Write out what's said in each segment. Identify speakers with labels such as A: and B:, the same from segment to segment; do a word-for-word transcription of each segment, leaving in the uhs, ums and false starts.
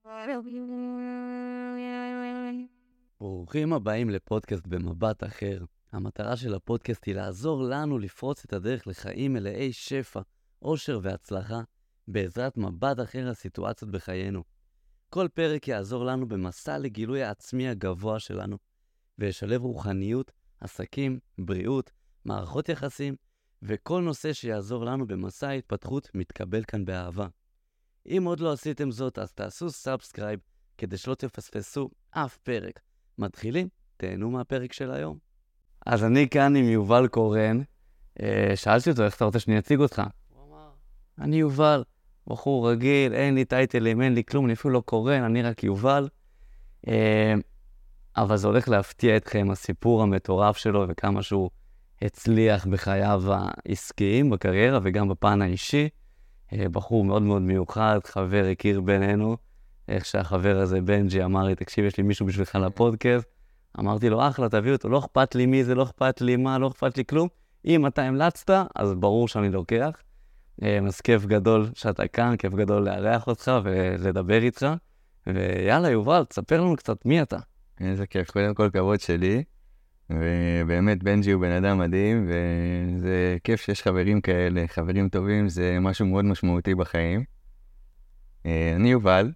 A: ברוכים הבאים לפודקאסט במבט אחר. המטרה של הפודקאסט היא לעזור לנו לפרוץ את הדרך לחיים מלאי שפע, אושר והצלחה, בעזרת מבט אחר לסיטואציות בחיינו. כל פרק יעזור לנו במסע לגילוי העצמי הגבוה שלנו, וישלב רוחניות, עסקים, בריאות, מערכות יחסים, וכל נושא שיעזור לנו במסע ההתפתחות מתקבל כאן באהבה. אם עוד לא עשיתם זאת, אז תעשו סאבסקרייב, כדי שלא תפספסו אף פרק. מתחילים? תהנו מהפרק של היום. אז אני כאן עם יובל קורן. שאלתי אותו, איך אתה רוצה שאני אציג אותך? הוא אמר, אני יובל, בחור רגיל, אין לי טייטלים, אין לי כלום, אני אפילו לא קורן, אני רק יובל. אבל זה הולך להפתיע אתכם, הסיפור המטורף שלו, וכמה שהוא הצליח בחייו העסקיים, בקריירה, וגם בפן האישי. בחור מאוד מאוד מיוחד, חבר הכיר בינינו, איך שהחבר הזה, בנג'י, אמר לי, תקשיב, יש לי מישהו בשבילך לפודקאסט. אמרתי לו, אחלה, תביא אותו, לא אכפת לי מי זה, לא אכפת לי מה, לא אכפת לי כלום. אם אתה המלצת, אז ברור שאני לוקח. אז כיף גדול שאתה כאן, כיף גדול לארח אותך ולדבר איתך. ויאללה, יובל, תספר לנו קצת מי אתה.
B: איזה כיף, קודם כל כבוד שלי. ובאמת בנג'י הוא בן אדם מדהים, וזה כיף שיש חברים כאלה, חברים טובים, זה משהו מאוד משמעותי בחיים. אני יובל,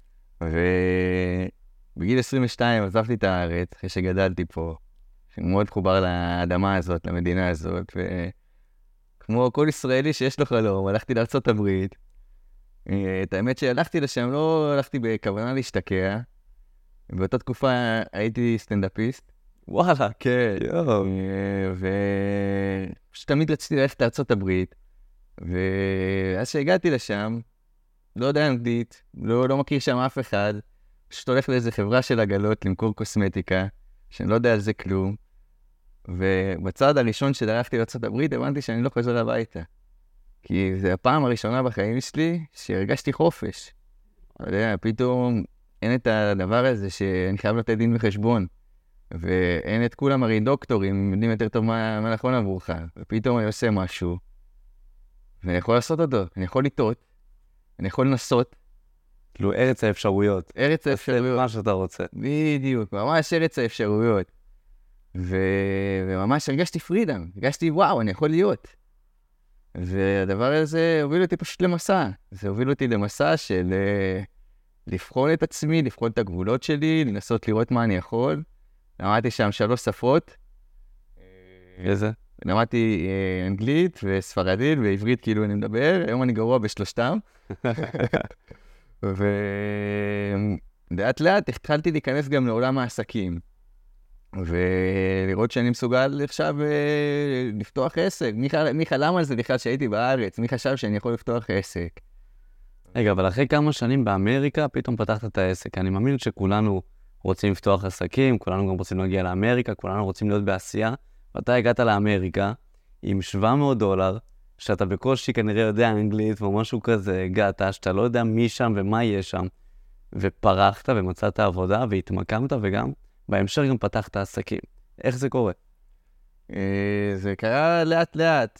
B: ובגיל עשרים ושתיים עזבתי את הארץ, אחרי שגדלתי פה, שמאוד חובר לאדמה הזאת, למדינה הזאת, וכמו כל ישראלי שיש לו חלום, הלכתי לארצות הברית. את האמת שהלכתי לשם, לא הלכתי בכוונה להשתקע, באותה תקופה הייתי סטנדאפיסט,
A: וואלה, כן, יואו.
B: ושתמיד רציתי ללכת לארצות הברית, ואז שהגעתי לשם, לא יודע אנגלית, לא, לא מכיר שם אף אחד, פשוט הולך לאיזה חברה של עגלות למכור קוסמטיקה, שאני לא יודע על זה כלום, ובצעד הראשון שדרכתי לארצות הברית, הבנתי שאני לא חוזר הביתה. כי זה הפעם הראשונה בחיים שלי שהרגשתי חופש. לא יודע, פתאום אין את הדבר הזה שאני חייב לתת דין וחשבון. ואין את כולם הרי דוקטורים, יודעים יותר טוב מה, מה נכון עבורך. ופתאום אני עושה משהו, ואני יכול לעשות אותו, אני יכול לטעות, אני יכול לנסות.
A: כאילו ארץ האפשרויות.
B: ארץ האפשרויות.
A: מה שאתה רוצה.
B: בדיוק, ממש ארץ האפשרויות. ו... וממש הרגשתי פרידם, הרגשתי וואו, אני יכול להיות. והדבר הזה הוביל אותי פשוט למסע. זה הוביל אותי למסע של לבחון את עצמי, לבחון את הגבולות שלי, לנסות לראות מה אני יכול. למדתי שם שלוש שפות.
A: איזה?
B: למדתי אה, אנגלית וספרדית ועברית כאילו אני מדבר. היום אני גרוע בשלושתם. ולאט לאט התחלתי להיכנס גם לעולם העסקים. ולראות שאני מסוגל עכשיו אה, לפתוח עסק. מי, חל... מי חלם על זה בכלל שהייתי בארץ? מי חשב שאני יכול לפתוח עסק?
A: רגע, אבל אחרי כמה שנים באמריקה פתאום פתחת את העסק. אני מאמין שכולנו רוצים לפתוח עסקים, כולנו גם רוצים להגיע לאמריקה, כולנו רוצים להיות בעשייה, ואתה הגעת לאמריקה עם שבע מאות דולר, שאתה בקושי כנראה יודע אנגלית או משהו כזה, הגעת, שאתה לא יודע מי שם ומה יש שם, ופרחת ומצאת עבודה והתמקמת וגם בהמשך גם פתחת עסקים. איך זה קורה?
B: זה קרה לאט לאט,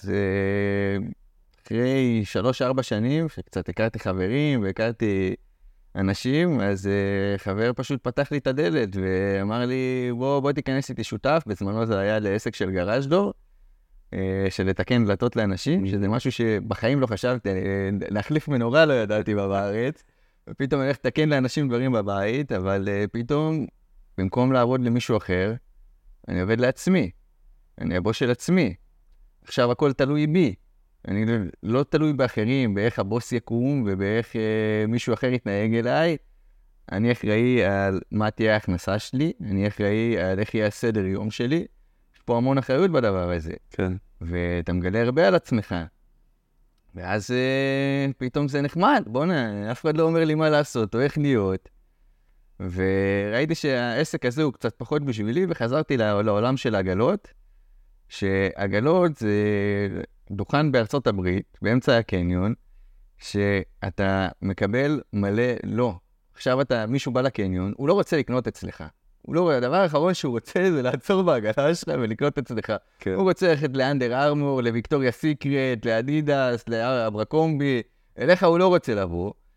B: אחרי שלוש ארבע שנים, שקצת הכרתי חברים והכרתי אנשים, אז uh, חבר פשוט פתח לי את הדלת ואמר לי, בוא, בוא תיכנס איתי שותף. בזמנו זה היה לעסק של גראז' דור, uh, של לתקן דלתות לאנשים, שזה משהו שבחיים לא חשבתי, uh, להחליף מנורה לא ידעתי בארץ, ופתאום אני הולך לתקן לאנשים דברים בבית, אבל uh, פתאום, במקום לעבוד למישהו אחר, אני עובד לעצמי, אני הבוס של עצמי, עכשיו הכל תלוי בי. אני לא תלוי באחרים, באיך הבוס יקום ובאיך אה, מישהו אחר יתנהג אליי. אני אחראי על מה תהיה ההכנסה שלי, אני אחראי על איך יהיה הסדר יום שלי. יש פה המון אחריות בדבר הזה.
A: כן.
B: ואתה מגלה הרבה על עצמך. ואז אה, פתאום זה נחמד, בוא נה, אף אחד לא אומר לי מה לעשות או איך להיות. וראיתי שהעסק הזה הוא קצת פחות בשבילי, וחזרתי לעולם של העגלות, שעגלות זה דוכן בארצות הברית, באמצע הקניון, שאתה מקבל מלא לא. עכשיו אתה, מישהו בא לקניון, הוא לא רוצה לקנות אצלך. הוא לא, הדבר האחרון שהוא רוצה זה לעצור בעגלה שלך ולקנות אצלך. כן. הוא רוצה ללכת לאנדר ארמור, לוויקטוריה סיקרט, לאדידס, לאברקומבי, אליך הוא לא רוצה לבוא.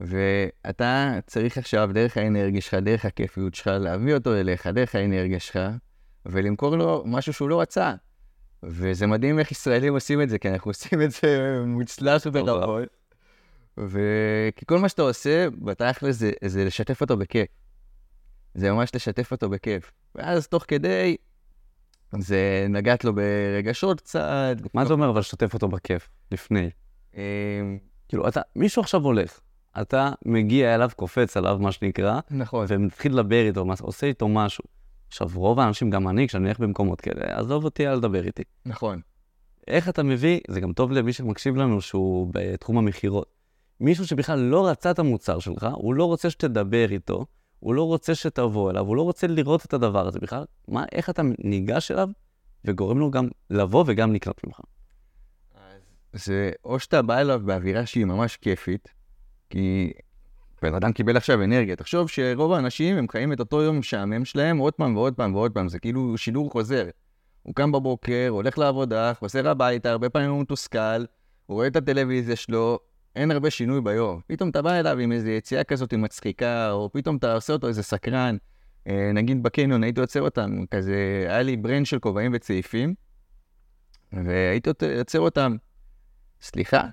B: ואתה צריך עכשיו דרך האנרגיה שלך, דרך הכיפיות שלך, להביא אותו אליך, דרך האנרגיה שלך, ולמכור לו משהו שהוא לא רצה. וזה מדהים איך ישראלים עושים את זה, כי אנחנו עושים את זה מוצלח ברבות. וכי כל מה שאתה עושה, בתכל'ס זה, זה לשתף אותו בכיף. זה ממש לשתף אותו בכיף. ואז תוך כדי, זה נגעת לו ברגשות קצת.
A: מה זה אומר אבל לשתף אותו בכיף? לפני. כאילו, אתה, מישהו עכשיו הולך, אתה מגיע אליו, קופץ עליו, מה שנקרא,
B: נכון.
A: ומתחיל לדבר איתו, עושה איתו משהו. עכשיו, רוב האנשים, גם אני, כשאני הולך במקומות כאלה, עזוב אותי על לדבר איתי.
B: נכון.
A: איך אתה מביא, זה גם טוב למי שמקשיב לנו, שהוא בתחום המחירות. מישהו שבכלל לא רצה את המוצר שלך, הוא לא רוצה שתדבר איתו, הוא לא רוצה שתבוא אליו, הוא לא רוצה לראות את הדבר הזה בכלל. מה, איך אתה ניגש אליו, וגורם לו גם לבוא וגם לקנות ממך?
B: זה או שאתה בא אליו באווירה שהיא ממש כיפית, כי בן אדם קיבל עכשיו אנרגיה. תחשוב שרוב האנשים הם חיים את אותו יום משעמם שלהם עוד פעם ועוד פעם ועוד פעם. זה כאילו שידור חוזר. הוא קם בבוקר, הולך לעבודה, חוזר הביתה, הרבה פעמים הוא מתוסכל, הוא רואה את הטלוויזיה שלו, אין הרבה שינוי ביום. פתאום אתה בא אליו עם איזו יציאה כזאת מצחיקה, או פתאום אתה עושה אותו איזה סקרן. נגיד בקניון, הייתי יוצר אותם, כזה, היה לי ברנד של כובעים וצעיפים, והייתי יוצר אותם. סליחה?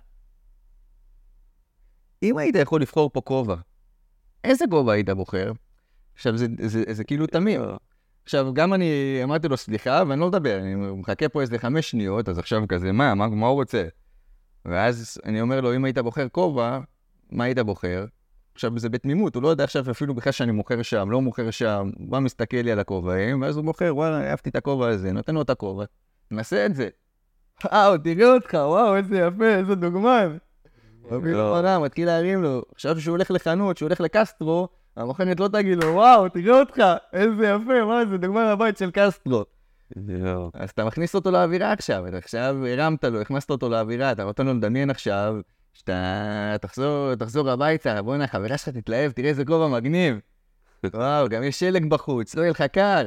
B: אם היית יכול לבחור פה כובע, איזה כובע היית בוחר? עכשיו, זה, זה, זה, זה כאילו תמיר. עכשיו, גם אני אמרתי לו סליחה, ואני לא מדבר, אני מחכה פה איזה חמש שניות, אז עכשיו כזה, מה, מה, מה הוא רוצה? ואז אני אומר לו, אם היית בוחר כובע, מה היית בוחר? עכשיו, זה בתמימות, הוא לא יודע עכשיו אפילו בכלל שאני מוכר שם, לא מוכר שם, הוא בא מסתכל לי על הכובעים, ואז הוא בוחר, וואלה, אהבתי את הכובע הזה, נותן לו את הכובע, נעשה את זה. וואו, תראה אותך, וואו, איזה יפה, איזה דוגמן. הוא מתחיל להרים לו, עכשיו שהוא הולך לחנות, שהוא הולך לקסטרו, המוכנת לא תגיד לו, וואו, תראה אותך, איזה יפה, מה זה דוגמן הבית של קסטרו. אז אתה מכניס אותו לאווירה עכשיו, אתה עכשיו הרמת לו, הכנסת אותו לאווירה, אתה נותן לו לדמיין עכשיו, שאתה תחזור, תחזור הביתה, בוא נה, חברה שלך תתלהב, תראה איזה כובע מגניב. וואו, גם יש שלג בחוץ, לא יהיה לך קר.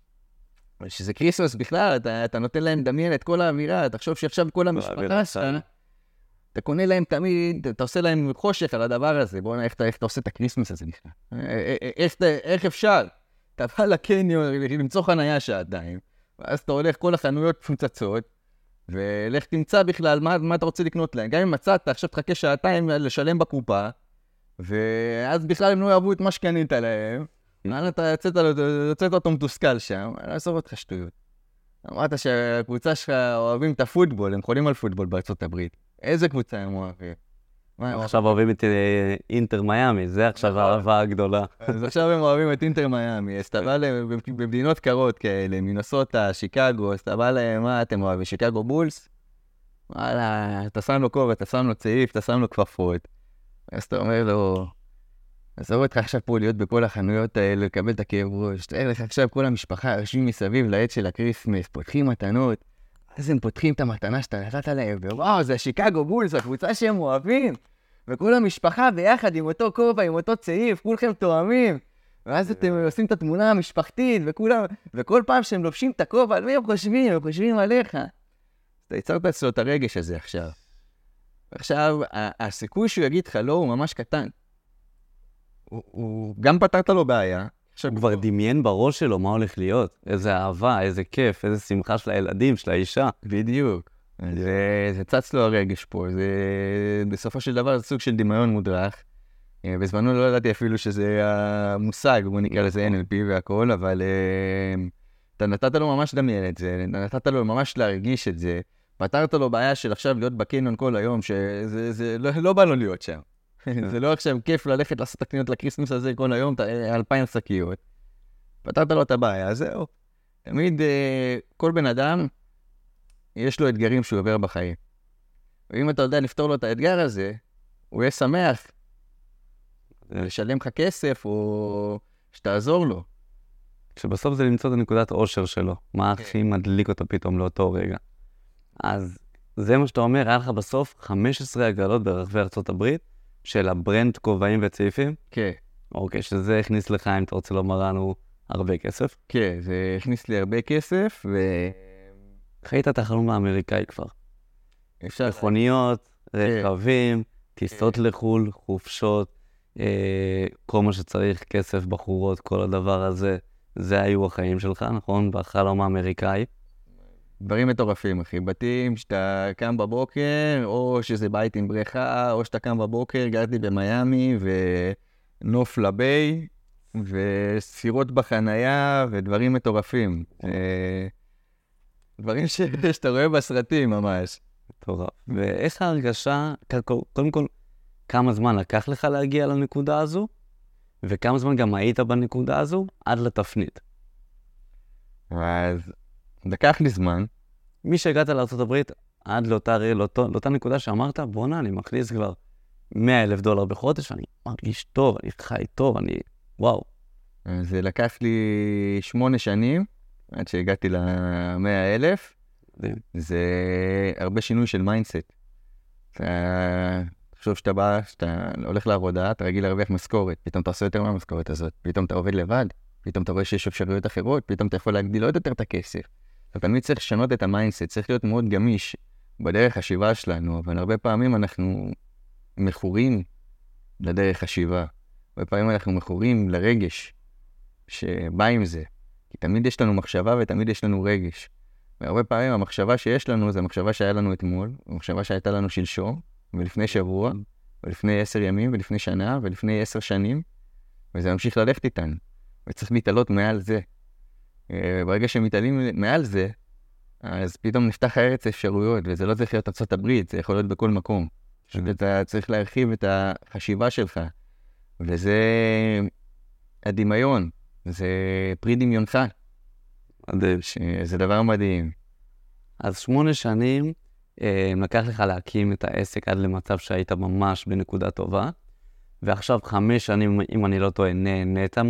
B: שזה קריסמס בכלל, אתה, אתה נותן להם לדמיין את כל האווירה, תחשוב שעכשיו כל המשפחה שלך, אתה קונה להם תמיד, אתה עושה להם חושך על הדבר הזה, בוא נה, איך, איך אתה עושה את הקריסמס הזה בכלל? איך, איך אפשר? אתה בא לקניון, למצוא חנייה שעתיים, ואז אתה הולך כל החנויות פוצצות, ולך תמצא בכלל מה, מה אתה רוצה לקנות להם. גם אם מצאת, עכשיו תחכה שעתיים לשלם בקופה, ואז בכלל הם לא יאהבו את מה שקנית להם, ואז אתה יוצאת, יוצאת אותו מתוסכל שם, אני אעזור אותך שטויות. אמרת שהקבוצה שלך אוהבים את הפוטבול, הם חולים על פוטבול בארצות הברית. איזה קבוצה הם אוהבים?
A: עכשיו אוהבים את אינטר מיאמי, זה עכשיו האהבה הגדולה.
B: אז עכשיו הם אוהבים את אינטר מיאמי, אז אתה בא להם במדינות קרות כאלה, מינסוטה, שיקגו, אז אתה בא להם, מה אתם אוהבים, שיקגו בולס? וואלה, אתה שם לו כובע, אתה שם לו צעיף, אתה שם לו כפפות. אז אתה אומר לו, עזוב אותך עכשיו פה להיות בכל החנויות האלה, לקבל את הכאב ראש, תראה לך עכשיו כל המשפחה, יושבים מסביב לעץ של הקריסמס, פותחים מתנות, אז הם פותחים את המתנה שאתה נתת להם, ווואו, זה השיקגו בולס, הקבוצה שהם אוהבים. וכל המשפחה ביחד עם אותו כובע, עם אותו צעיף, כולכם תואמים. ואז אתם עושים את התמונה המשפחתית, וכולם, וכל פעם שהם לובשים את הכובע, על מי הם חושבים? הם חושבים עליך. אז אתה יצרת אצלו את הרגש הזה עכשיו. עכשיו, הסיכוי שהוא יגיד לך לא הוא ממש קטן. הוא, הוא גם פתרת לו בעיה.
A: עכשיו כבר דמיין בראש שלו מה הולך להיות. איזה אהבה, איזה כיף, איזה שמחה של הילדים, של האישה.
B: בדיוק. זה, זה צץ לו הרגש פה, זה בסופו של דבר זה סוג של דמיון מודרך. בזמנו לא ידעתי אפילו שזה המושג, בוא נקרא לזה אן אל פי והכל, אבל אתה נתת לו ממש לדמיין את זה, נתת לו ממש להרגיש את זה, פתרת לו בעיה של עכשיו להיות בקניון כל היום, שזה זה, לא, לא בא לו להיות שם. זה לא עכשיו כיף ללכת לעשות את הקניות לקריסמס הזה כל היום, אלפיים שקיות. פתרת לו את הבעיה, זהו. תמיד כל בן אדם, יש לו אתגרים שהוא עובר בחיים. ואם אתה יודע לפתור לו את האתגר הזה, הוא יהיה שמח לשלם לך כסף או שתעזור לו.
A: שבסוף זה למצוא את הנקודת אושר שלו. מה הכי מדליק אותו פתאום לאותו רגע. אז זה מה שאתה אומר, היה לך בסוף חמש עשרה הגרלות ברחבי ארצות הברית, של הברנד כובעים וצעיפים?
B: כן.
A: אוקיי, שזה הכניס לך, אם אתה רוצה לומר לנו, הרבה כסף?
B: כן, זה הכניס לי הרבה כסף, ו...
A: חיית את החלום האמריקאי כבר. מכוניות, רכבים, טיסות לחול, חופשות, אה, כל מה שצריך, כסף, בחורות, כל הדבר הזה, זה היו החיים שלך, נכון? בחלום האמריקאי.
B: דברים מטורפים, אחי. בתים שאתה קם בבוקר, או שזה בית עם בריכה, או שאתה קם בבוקר, גרתי במיימי, ונוף לביי, וסירות בחנייה, ודברים מטורפים. אה, דברים ש... שאתה רואה בסרטים ממש.
A: מטורף. ואיך ההרגשה, קודם כל, כמה זמן לקח לך להגיע לנקודה הזו, וכמה זמן גם היית בנקודה הזו, עד לתפנית?
B: אז לקח לי זמן.
A: מי שהגעת לארצות הברית, עד לאותה, לאותו, לאותה נקודה שאמרת, בונה, אני מכניס כבר מאה אלף דולר בחודש, אני מרגיש טוב, אני חי טוב, אני... וואו.
B: זה לקח לי שמונה שנים, עד שהגעתי למאה אלף. זה הרבה שינוי של מיינדסט. אתה חושב שאתה בא, שאתה הולך לעבודה, אתה רגיל להרוויח משכורת, פתאום אתה עושה יותר מהמשכורת הזאת, פתאום אתה עובד לבד, פתאום אתה רואה שיש אפשרויות אחרות, פתאום אתה יכול להגדיל עוד יותר את הכסף. אתה תמיד צריך לשנות את המיינדסט, צריך להיות מאוד גמיש בדרך השיבה שלנו, אבל הרבה פעמים אנחנו מכורים לדרך השיבה. הרבה פעמים אנחנו מכורים לרגש שבא עם זה. כי תמיד יש לנו מחשבה ותמיד יש לנו רגש. והרבה פעמים המחשבה שיש לנו זה המחשבה שהיה לנו אתמול, המחשבה שהייתה לנו שלשום, ולפני שבוע, ולפני עשר ימים, ולפני שנה, ולפני עשר שנים, וזה ממשיך ללכת איתנו. וצריך להתעלות מעל זה. ברגע שמתעלים מעל זה, אז פתאום נפתח הארץ האפשרויות, וזה לא צריך להיות ארצות הברית, זה יכול להיות בכל מקום. אתה צריך להרחיב את החשיבה שלך, וזה הדמיון, זה פרי דמיונך. זה דבר מדהים.
A: אז שמונה שנים אה, לקח לך להקים את העסק עד למצב שהיית ממש בנקודה טובה, ועכשיו חמש שנים, אם אני לא טועה, נהנית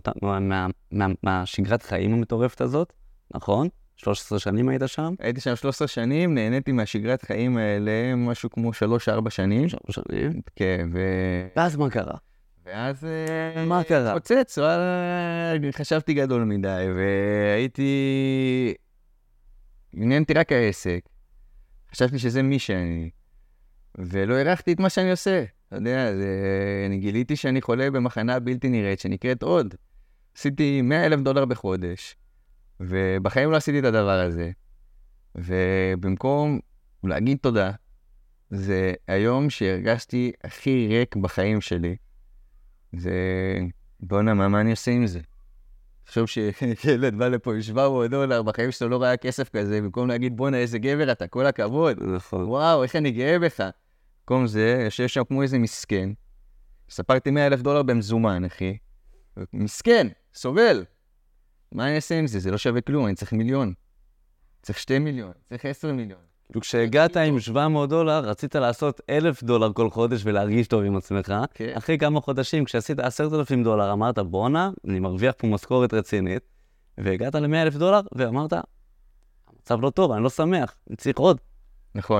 A: מהשגרת חיים המטורפת הזאת, נכון? שלוש עשרה שנים היית שם?
B: הייתי שם שלוש עשרה שנים, נהניתי מהשגרת חיים האלה, משהו כמו שלוש ארבע שנים.
A: שלוש שנים?
B: כן, ו...
A: ואז מה קרה?
B: ואז...
A: מה קרה?
B: פוצץ, חשבתי גדול מדי, והייתי... עניינתי רק העסק. חשבתי שזה מי שאני, ולא הערכתי את מה שאני עושה. אתה יודע, זה... אני גיליתי שאני חולה במחנה בלתי נראית, שנקראת עוד. עשיתי מאה אלף דולר בחודש, ובחיים לא עשיתי את הדבר הזה. ובמקום להגיד תודה, זה היום שהרגשתי הכי ריק בחיים שלי. זה... בוא'נה, מה, מה אני עושה עם זה? חשוב שילד בא לפה עם שבע מאות דולר, בחיים שלו לא ראה כסף כזה, במקום להגיד, בוא'נה, איזה גבר אתה, כל הכבוד.
A: נכון.
B: וואו, איך אני גאה בך. במקום זה, יושב שם כמו איזה מסכן. ספרתי מאה אלף דולר במזומן, אחי. מסכן, סובל. מה אני אעשה עם זה? זה לא שווה כלום, אני צריך מיליון. צריך שתי מיליון, צריך עשר מיליון.
A: וכשהגעת עם שבע מאות דולר, רצית לעשות אלף דולר כל חודש ולהרגיש טוב עם עצמך.
B: כן.
A: אחרי כמה חודשים, כשעשית עשרת אלפים דולר, אמרת, בונה, אני מרוויח פה משכורת רצינית, והגעת ל-מאה אלף דולר, ואמרת, המצב לא טוב, אני לא שמח, אני צריך עוד.
B: נכון.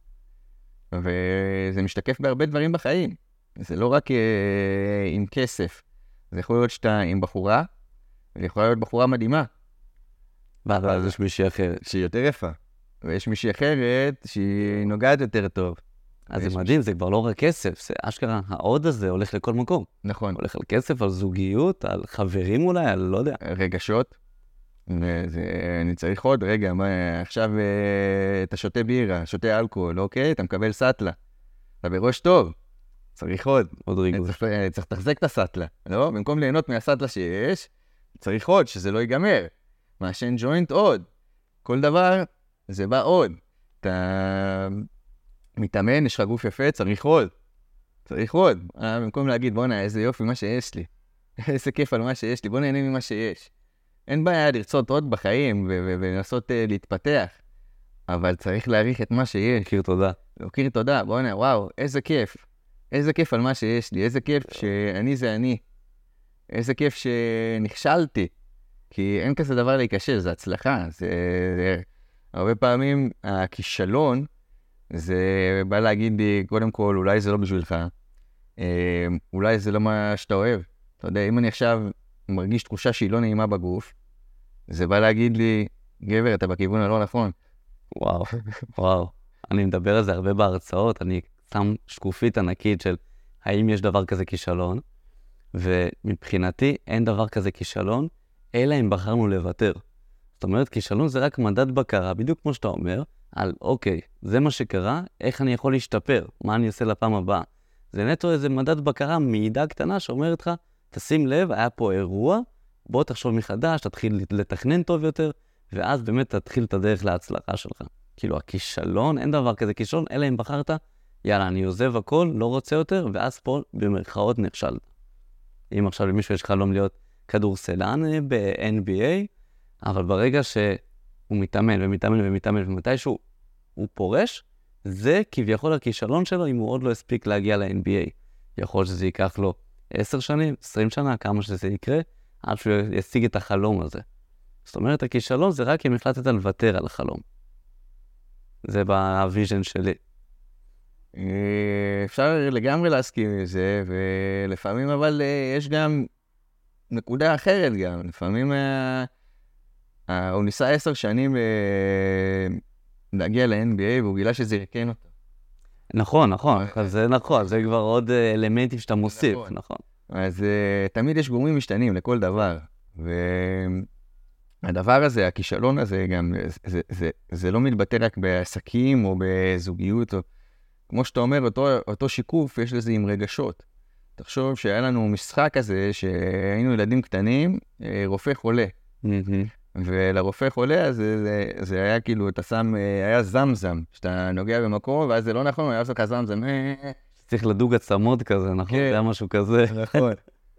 B: וזה משתקף בהרבה דברים בחיים. זה לא רק אה, עם כסף. זה יכול להיות שאתה עם בחורה, ויכולה להיות בחורה מדהימה.
A: ואז יש מישהי אחרת.
B: שהיא יותר יפה. ויש מישהי אחרת שהיא נוגעת יותר טוב.
A: אז זה מדהים, זה כבר לא רק כסף, זה אשכרה, העוד הזה הולך לכל מקום.
B: נכון.
A: הולך על כסף, על זוגיות, על חברים אולי, על לא יודע.
B: רגשות. וזה, אני צריך עוד, רגע, מה, עכשיו אה, אתה שותה בירה, שותה אלכוהול, אוקיי? אתה מקבל סטלה. אתה בראש טוב. צריך עוד.
A: עוד ריגוש.
B: צריך, צריך לתחזק את הסטלה. לא? במקום ליהנות מהסטלה שיש, צריך עוד, שזה לא ייגמר. מעשן ג'וינט עוד. כל דבר, זה בא עוד. אתה מתאמן, יש לך גוף יפה, צריך עוד. צריך עוד. אה, במקום להגיד, בוא נה, איזה יופי מה שיש לי. איזה כיף על מה שיש לי, בוא נהנה ממה שיש. אין בעיה לרצות עוד בחיים ולנסות uh, להתפתח, אבל צריך להעריך את מה שיש.
A: להכיר תודה.
B: להכיר תודה, בוא נה, וואו, איזה כיף. איזה כיף על מה שיש לי, איזה כיף שאני זה אני. איזה כיף שנכשלתי. כי אין כזה דבר להיקשל, זה הצלחה. זה, זה... הרבה פעמים הכישלון, זה בא להגיד לי, קודם כל, אולי זה לא בשבילך. אה, אולי זה לא מה שאתה אוהב. אתה יודע, אם אני עכשיו מרגיש תחושה שהיא לא נעימה בגוף, זה בא להגיד לי, גבר, אתה בכיוון הלא נכון.
A: וואו, וואו. אני מדבר על זה הרבה בהרצאות, אני שם שקופית ענקית של האם יש דבר כזה כישלון? ומבחינתי אין דבר כזה כישלון, אלא אם בחרנו לוותר. זאת אומרת, כישלון זה רק מדד בקרה, בדיוק כמו שאתה אומר, על אוקיי, זה מה שקרה, איך אני יכול להשתפר, מה אני אעשה לפעם הבאה. זה נטו איזה מדד בקרה, מידע קטנה שאומרת לך, תשים לב, היה פה אירוע, בוא תחשוב מחדש, תתחיל לתכנן טוב יותר, ואז באמת תתחיל את הדרך להצלחה שלך. כאילו, הכישלון, אין דבר כזה כישלון, אלא אם בחרת, יאללה, אני עוזב הכל, לא רוצה יותר, ואז פה במרכאות נכשלת. אם עכשיו למישהו יש חלום להיות כדורסלן ב-אן בי איי, אבל ברגע שהוא מתאמן ומתאמן ומתאמן ומתישהו הוא פורש, זה כביכול הכישלון שלו אם הוא עוד לא הספיק להגיע ל-אן בי איי. יכול שזה ייקח לו עשר שנים, עשרים שנה, כמה שזה יקרה, עד שהוא ישיג את החלום הזה. זאת אומרת, הכישלון זה רק אם החלטת לוותר על החלום. זה בוויז'ן שלי.
B: אפשר לגמרי להסכים עם זה, ולפעמים אבל יש גם נקודה אחרת גם. לפעמים הוא ניסה עשר שנים להגיע ל-אן בי איי, והוא גילה שזה ירקן אותו.
A: נכון, נכון, זה נכון, זה כבר עוד אלמנטים שאתה מוסיף, נכון.
B: אז תמיד יש גורמים משתנים לכל דבר, והדבר הזה, הכישלון הזה גם, זה לא מתבטא רק בעסקים או בזוגיות, כמו שאתה אומר, אותו שיקוף יש לזה עם רגשות. תחשוב שהיה לנו משחק כזה, שהיינו ילדים קטנים, רופא חולה. ולרופא חולה, אז זה, זה היה כאילו, אתה שם, היה זמזם, שאתה נוגע במקום, ואז זה לא נכון, היה עושה כזמזם.
A: צריך לדוג עצמות כזה, נכון? זה היה משהו כזה.
B: נכון.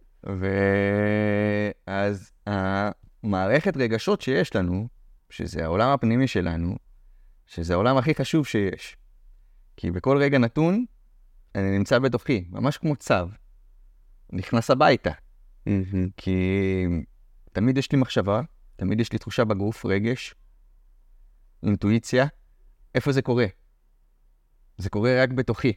B: ואז המערכת רגשות שיש לנו, שזה העולם הפנימי שלנו, שזה העולם הכי חשוב שיש. כי בכל רגע נתון, אני נמצא בתוכי, ממש כמו צו. נכנס הביתה. כי תמיד יש לי מחשבה, תמיד יש לי תחושה בגוף, רגש, אינטואיציה. איפה זה קורה? זה קורה רק בתוכי.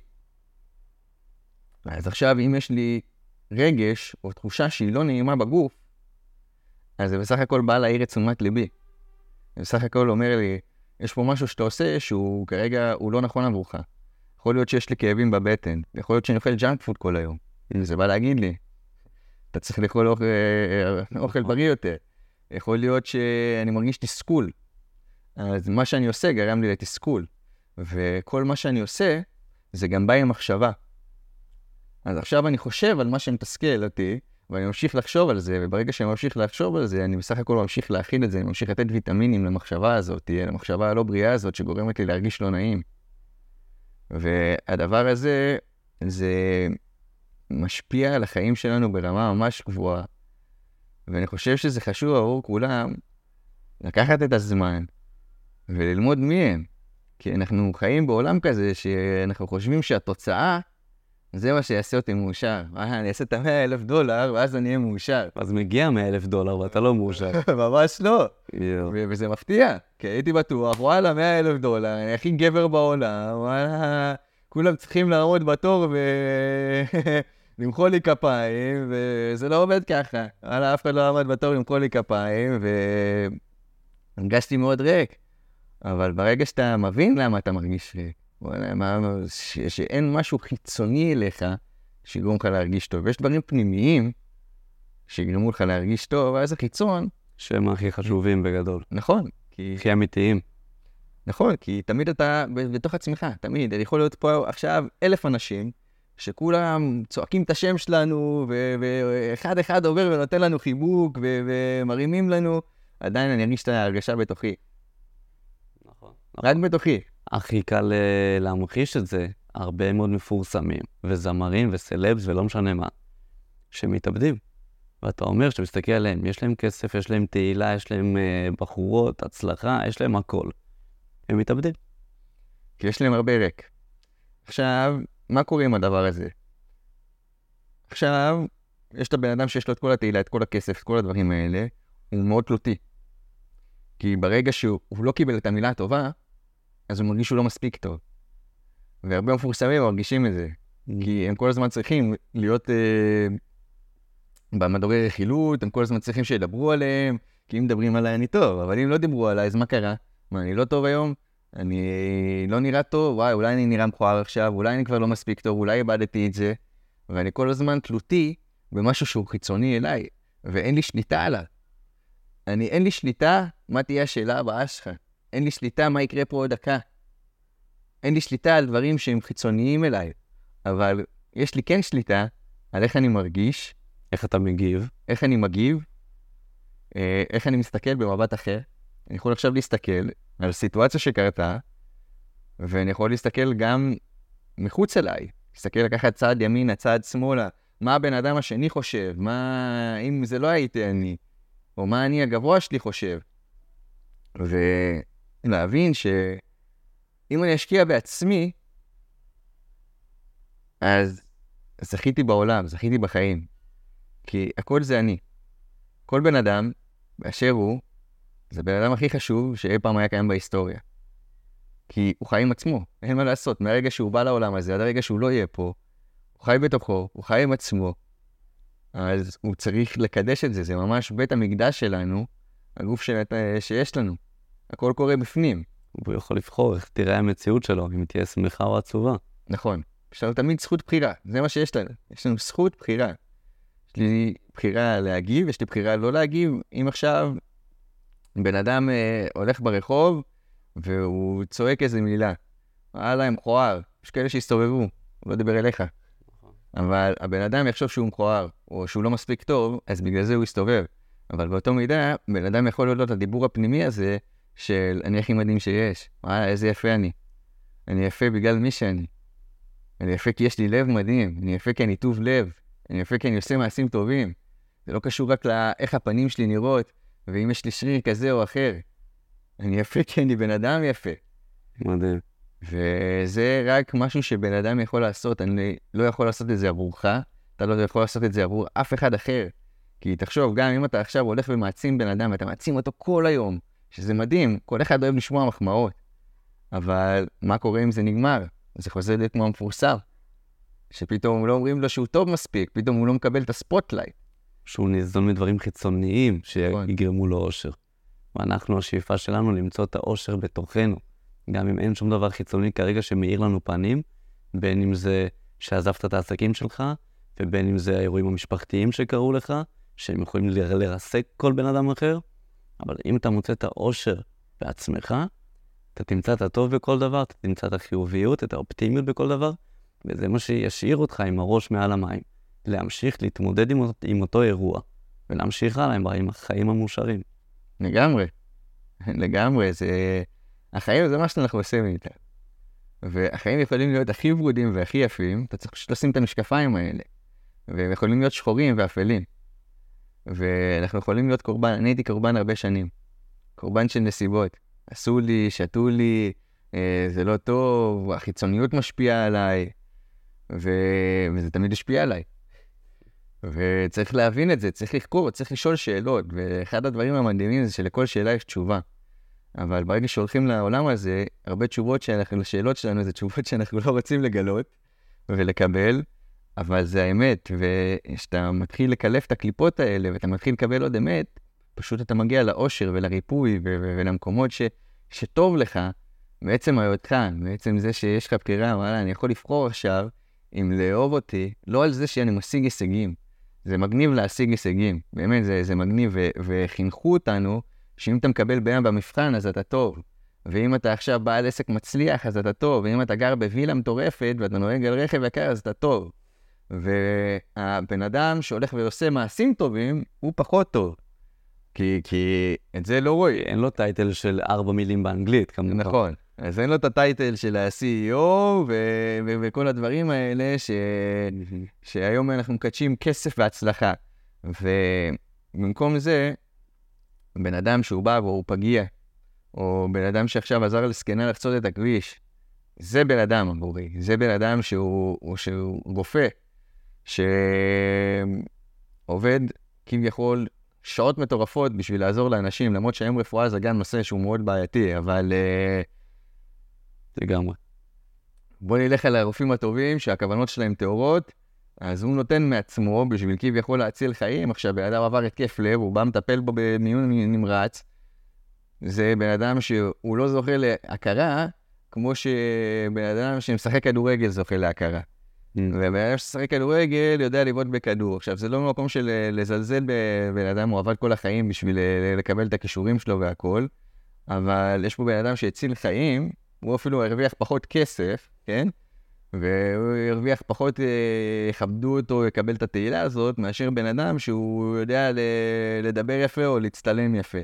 B: אז עכשיו, אם יש לי רגש או תחושה שהיא לא נעימה בגוף, אז זה בסך הכל בא להעיר את תשומת ליבי. זה בסך הכל אומר לי, יש פה משהו שאתה עושה שהוא כרגע הוא לא נכון עבורך. יכול להיות שיש לי כאבים בבטן, יכול להיות שאני אוכל ג'אנק פוד כל היום. זה בא להגיד לי, אתה צריך לאכול אוכל, אוכל בריא יותר. יכול להיות שאני מרגיש תסכול. אז מה שאני עושה גרם לי לתסכול. וכל מה שאני עושה, זה גם בא עם מחשבה. אז עכשיו אני חושב על מה שמתסכל אותי, ואני ממשיך לחשוב על זה, וברגע שאני ממשיך לחשוב על זה, אני בסך הכל ממשיך להכיל את זה, אני ממשיך לתת ויטמינים למחשבה הזאת, למחשבה הלא בריאה הזאת, שגורמת לי להרגיש לא נעים. והדבר הזה, זה משפיע על החיים שלנו ברמה ממש גבוהה. ואני חושב שזה חשוב עבור כולם, לקחת את הזמן, וללמוד מי הם. כי אנחנו חיים בעולם כזה, שאנחנו חושבים שהתוצאה, זה מה שיעשה אותי מאושר. אה, אני אעשה את המאה אלף דולר, ואז אני אהיה מאושר.
A: אז מגיע מאה אלף דולר, ואתה לא מאושר.
B: ממש לא. וזה מפתיע. כי הייתי בטוח, וואלה, מאה אלף דולר, אני הכי גבר בעולם, וואלה, כולם צריכים לעמוד בתור ולמחוא לי כפיים, וזה לא עובד ככה. וואלה, אף אחד לא עמד בתור למחוא לי כפיים, והרגשתי מאוד ריק. אבל ברגע שאתה מבין למה אתה מרגיש ריק, ש- שאין משהו חיצוני אליך שיגרום לך להרגיש טוב. יש דברים פנימיים שיגרמו לך להרגיש טוב, ואז החיצון...
A: שהם הכי חשובים בגדול.
B: נכון. כי...
A: הכי אמיתיים.
B: נכון, כי תמיד אתה בתוך עצמך, תמיד. יכול להיות פה עכשיו אלף אנשים שכולם צועקים את השם שלנו, ו- ואחד אחד עובר ונותן לנו חיבוק, ו- ומרימים לנו, עדיין אני ארגיש את ההרגשה בתוכי.
A: נכון.
B: רק בתוכי.
A: הכי קל להמחיש את זה, הרבה מאוד מפורסמים, וזמרים וסלבס ולא משנה מה, שמתאבדים. ואתה אומר שאתה מסתכל עליהם, יש להם כסף, יש להם תהילה, יש להם uh, בחורות, הצלחה, יש להם הכל. הם מתאבדים.
B: כי יש להם הרבה ריק. עכשיו, מה קורה עם הדבר הזה? עכשיו, יש את הבן אדם שיש לו את כל התהילה, את כל הכסף, את כל הדברים האלה, הוא מאוד תלותי. כי ברגע שהוא לא קיבל את המילה הטובה, אז הוא מרגיש שהוא לא מספיק טוב. והרבה מפורסמים מרגישים את זה. Mm. כי הם כל הזמן צריכים להיות אה, במדורי רכילות, הם כל הזמן צריכים שידברו עליהם, כי אם מדברים עליי אני טוב, אבל אם לא דיברו עליי, אז מה קרה? מה, אני לא טוב היום? אני לא נראה טוב? וואי, אולי אני נראה מכוער עכשיו, אולי אני כבר לא מספיק טוב, אולי איבדתי את זה. ואני כל הזמן תלותי במשהו שהוא חיצוני אליי, ואין לי שליטה עליו. אני, אין לי שליטה מה תהיה השאלה הבאה שלך. אין לי שליטה מה יקרה פה עוד דקה. אין לי שליטה על דברים שהם חיצוניים אליי. אבל יש לי כן שליטה על איך אני מרגיש,
A: איך אתה מגיב,
B: איך אני מגיב, איך אני מסתכל במבט אחר. אני יכול עכשיו להסתכל על סיטואציה שקרתה, ואני יכול להסתכל גם מחוץ אליי. להסתכל לקחת צעד ימינה, צעד שמאלה. מה הבן אדם השני חושב? מה, אם זה לא הייתי אני? או מה אני הגבוה שלי חושב? ולהבין שאם אני אשקיע בעצמי, אז זכיתי בעולם, זכיתי בחיים. כי הכל זה אני. כל בן אדם, באשר הוא, זה בן אדם הכי חשוב שאי פעם היה קיים בהיסטוריה. כי הוא חי עם עצמו, אין מה לעשות. מהרגע שהוא בא לעולם הזה, עד הרגע שהוא לא יהיה פה, הוא חי בתוכו, הוא חי עם עצמו. אז הוא צריך לקדש את זה, זה ממש בית המקדש שלנו, הגוף של... שיש לנו. הכל קורה בפנים.
A: הוא יכול לבחור איך תראה המציאות שלו, אם תהיה שמחה או עצובה.
B: נכון. יש לנו תמיד זכות בחירה, זה מה שיש לנו. יש לנו זכות בחירה. יש לי בחירה להגיב, יש לי בחירה לא להגיב. אם עכשיו בן אדם אה, הולך ברחוב, והוא צועק איזה מילה. הלאה, הם מכוער. יש כאלה שהסתובבו, הוא לא דבר אליך. אבל הבן אדם יחשוב שהוא מכוער, או שהוא לא מספיק טוב, אז בגלל זה הוא יסתובב. אבל באותו מידה, בן אדם יכול להיות הדיבור הפנימי הזה, של אני הכי מדהים שיש. וואלה, איזה יפה אני. אני יפה בגלל מי שאני. אני יפה כי יש לי לב מדהים. אני יפה כי אני טוב לב. אני יפה כי אני עושה מעשים טובים. זה לא קשור רק לאיך הפנים שלי נראות, ואם יש לי שריר כזה או אחר. אני יפה כי אני בן אדם יפה.
A: מדהים.
B: וזה רק משהו שבן אדם יכול לעשות. אני לא יכול לעשות את זה עבורך, אתה לא יכול לעשות את זה עבור אף אחד אחר. כי תחשוב, גם אם אתה עכשיו הולך ומעצים בן אדם, ואתה מעצים אותו כל היום, שזה מדהים, כל אחד אוהב לשמוע מחמאות. אבל מה קורה אם זה נגמר? זה חוזר להיות כמו המפורסם. שפתאום לא אומרים לו שהוא טוב מספיק, פתאום הוא לא מקבל את הספוטלייט.
A: שהוא ניזון מדברים חיצוניים שיגרמו לו אושר. ואנחנו, השאיפה שלנו למצוא את האושר בתוכנו. גם אם אין שום דבר חיצוני כרגע שמאיר לנו פנים, בין אם זה שעזבת את העסקים שלך, ובין אם זה האירועים המשפחתיים שקראו לך, שהם יכולים ל- לרסק כל בן אדם אחר. אבל אם אתה מוצא את האושר בעצמך, אתה תמצא את הטוב בכל דבר, אתה תמצא את החיוביות, את האופטימיות בכל דבר, וזה מה שישאיר אותך עם הראש מעל המים. להמשיך להתמודד עם, עם אותו אירוע, ולהמשיך הלאה עם החיים המאושרים.
B: לגמרי. לגמרי. זה... החיים זה מה שאנחנו עושים איתם. והחיים יכולים להיות הכי ורודים והכי יפים, אתה צריך פשוט לשים את המשקפיים האלה. והם יכולים להיות שחורים ואפלים. ואנחנו יכולים להיות קורבן, אני הייתי קורבן הרבה שנים. קורבן של נסיבות. עשו לי, שתו לי, אה, זה לא טוב, החיצוניות משפיעה עליי, ו... וזה תמיד השפיע עליי. וצריך להבין את זה, צריך לחקור, צריך לשאול שאלות, ואחד הדברים המדהימים זה שלכל שאלה יש תשובה. אבל ברגע שהולכים לעולם הזה, הרבה תשובות שאנחנו, לשאלות שלנו זה תשובות שאנחנו לא רוצים לגלות ולקבל, אבל זה האמת, וכשאתה מתחיל לקלף את הקליפות האלה, ואתה מתחיל לקבל עוד אמת, פשוט אתה מגיע לאושר ולריפוי ו- ו- ולמקומות ש- שטוב לך, בעצם היותך, בעצם זה שיש לך בחירה, וואלה, אני יכול לבחור עכשיו אם לאהוב אותי, לא על זה שאני משיג הישגים. זה מגניב להשיג הישגים, באמת זה, זה מגניב, ו- וחינכו אותנו, שאם אתה מקבל בעיה במבחן, אז אתה טוב. ואם אתה עכשיו בעל עסק מצליח, אז אתה טוב. ואם אתה גר בווילה מטורפת, ואתה נוהג על רכב יקר, אז אתה טוב. והבן אדם שהולך ועושה מעשים טובים, הוא פחות טוב. כי, כי את זה לא רואה.
A: אין לו טייטל של ארבע מילים באנגלית, כמובן.
B: נכון. אז אין לו את הטייטל של ה-סי אי או ו- ו- וכל הדברים האלה ש- שהיום אנחנו מקדשים כסף והצלחה. ובמקום זה, בן אדם שהוא בא והוא פגיע, או בן אדם שעכשיו עזר לסקנה לחצות את הכביש, זה בן אדם עבורי. זה בן אדם שהוא, שהוא רופא, שעובד כביכול שעות מטורפות בשביל לעזור לאנשים, למרות שהיום רפואה זה גם נושא שהוא מאוד בעייתי, אבל
A: לגמרי.
B: בוא נלך על הרופאים הטובים שהכוונות שלהם טהורות, אז הוא נותן מעצמו בשביל כביכול להציל חיים. עכשיו, בן אדם עבר התקף לב, הוא בא מטפל בו במיון נמרץ, זה בן אדם שהוא לא זוכה להכרה, כמו שבן אדם שמשחק כדורגל זוכה להכרה. ובן אדם ששחק כדורגל יודע לבעוט בכדור. עכשיו, זה לא מקום של לזלזל בבן אדם, הוא עבד כל החיים בשביל לקבל את הכישורים שלו והכל, אבל יש פה בן אדם שהציל חיים, הוא אפילו הרוויח פחות כסף, כן? והוא הרוויח פחות, יכבדו אותו, יקבל את התהילה הזאת, מאשר בן אדם שהוא יודע לדבר יפה או להצטלם יפה.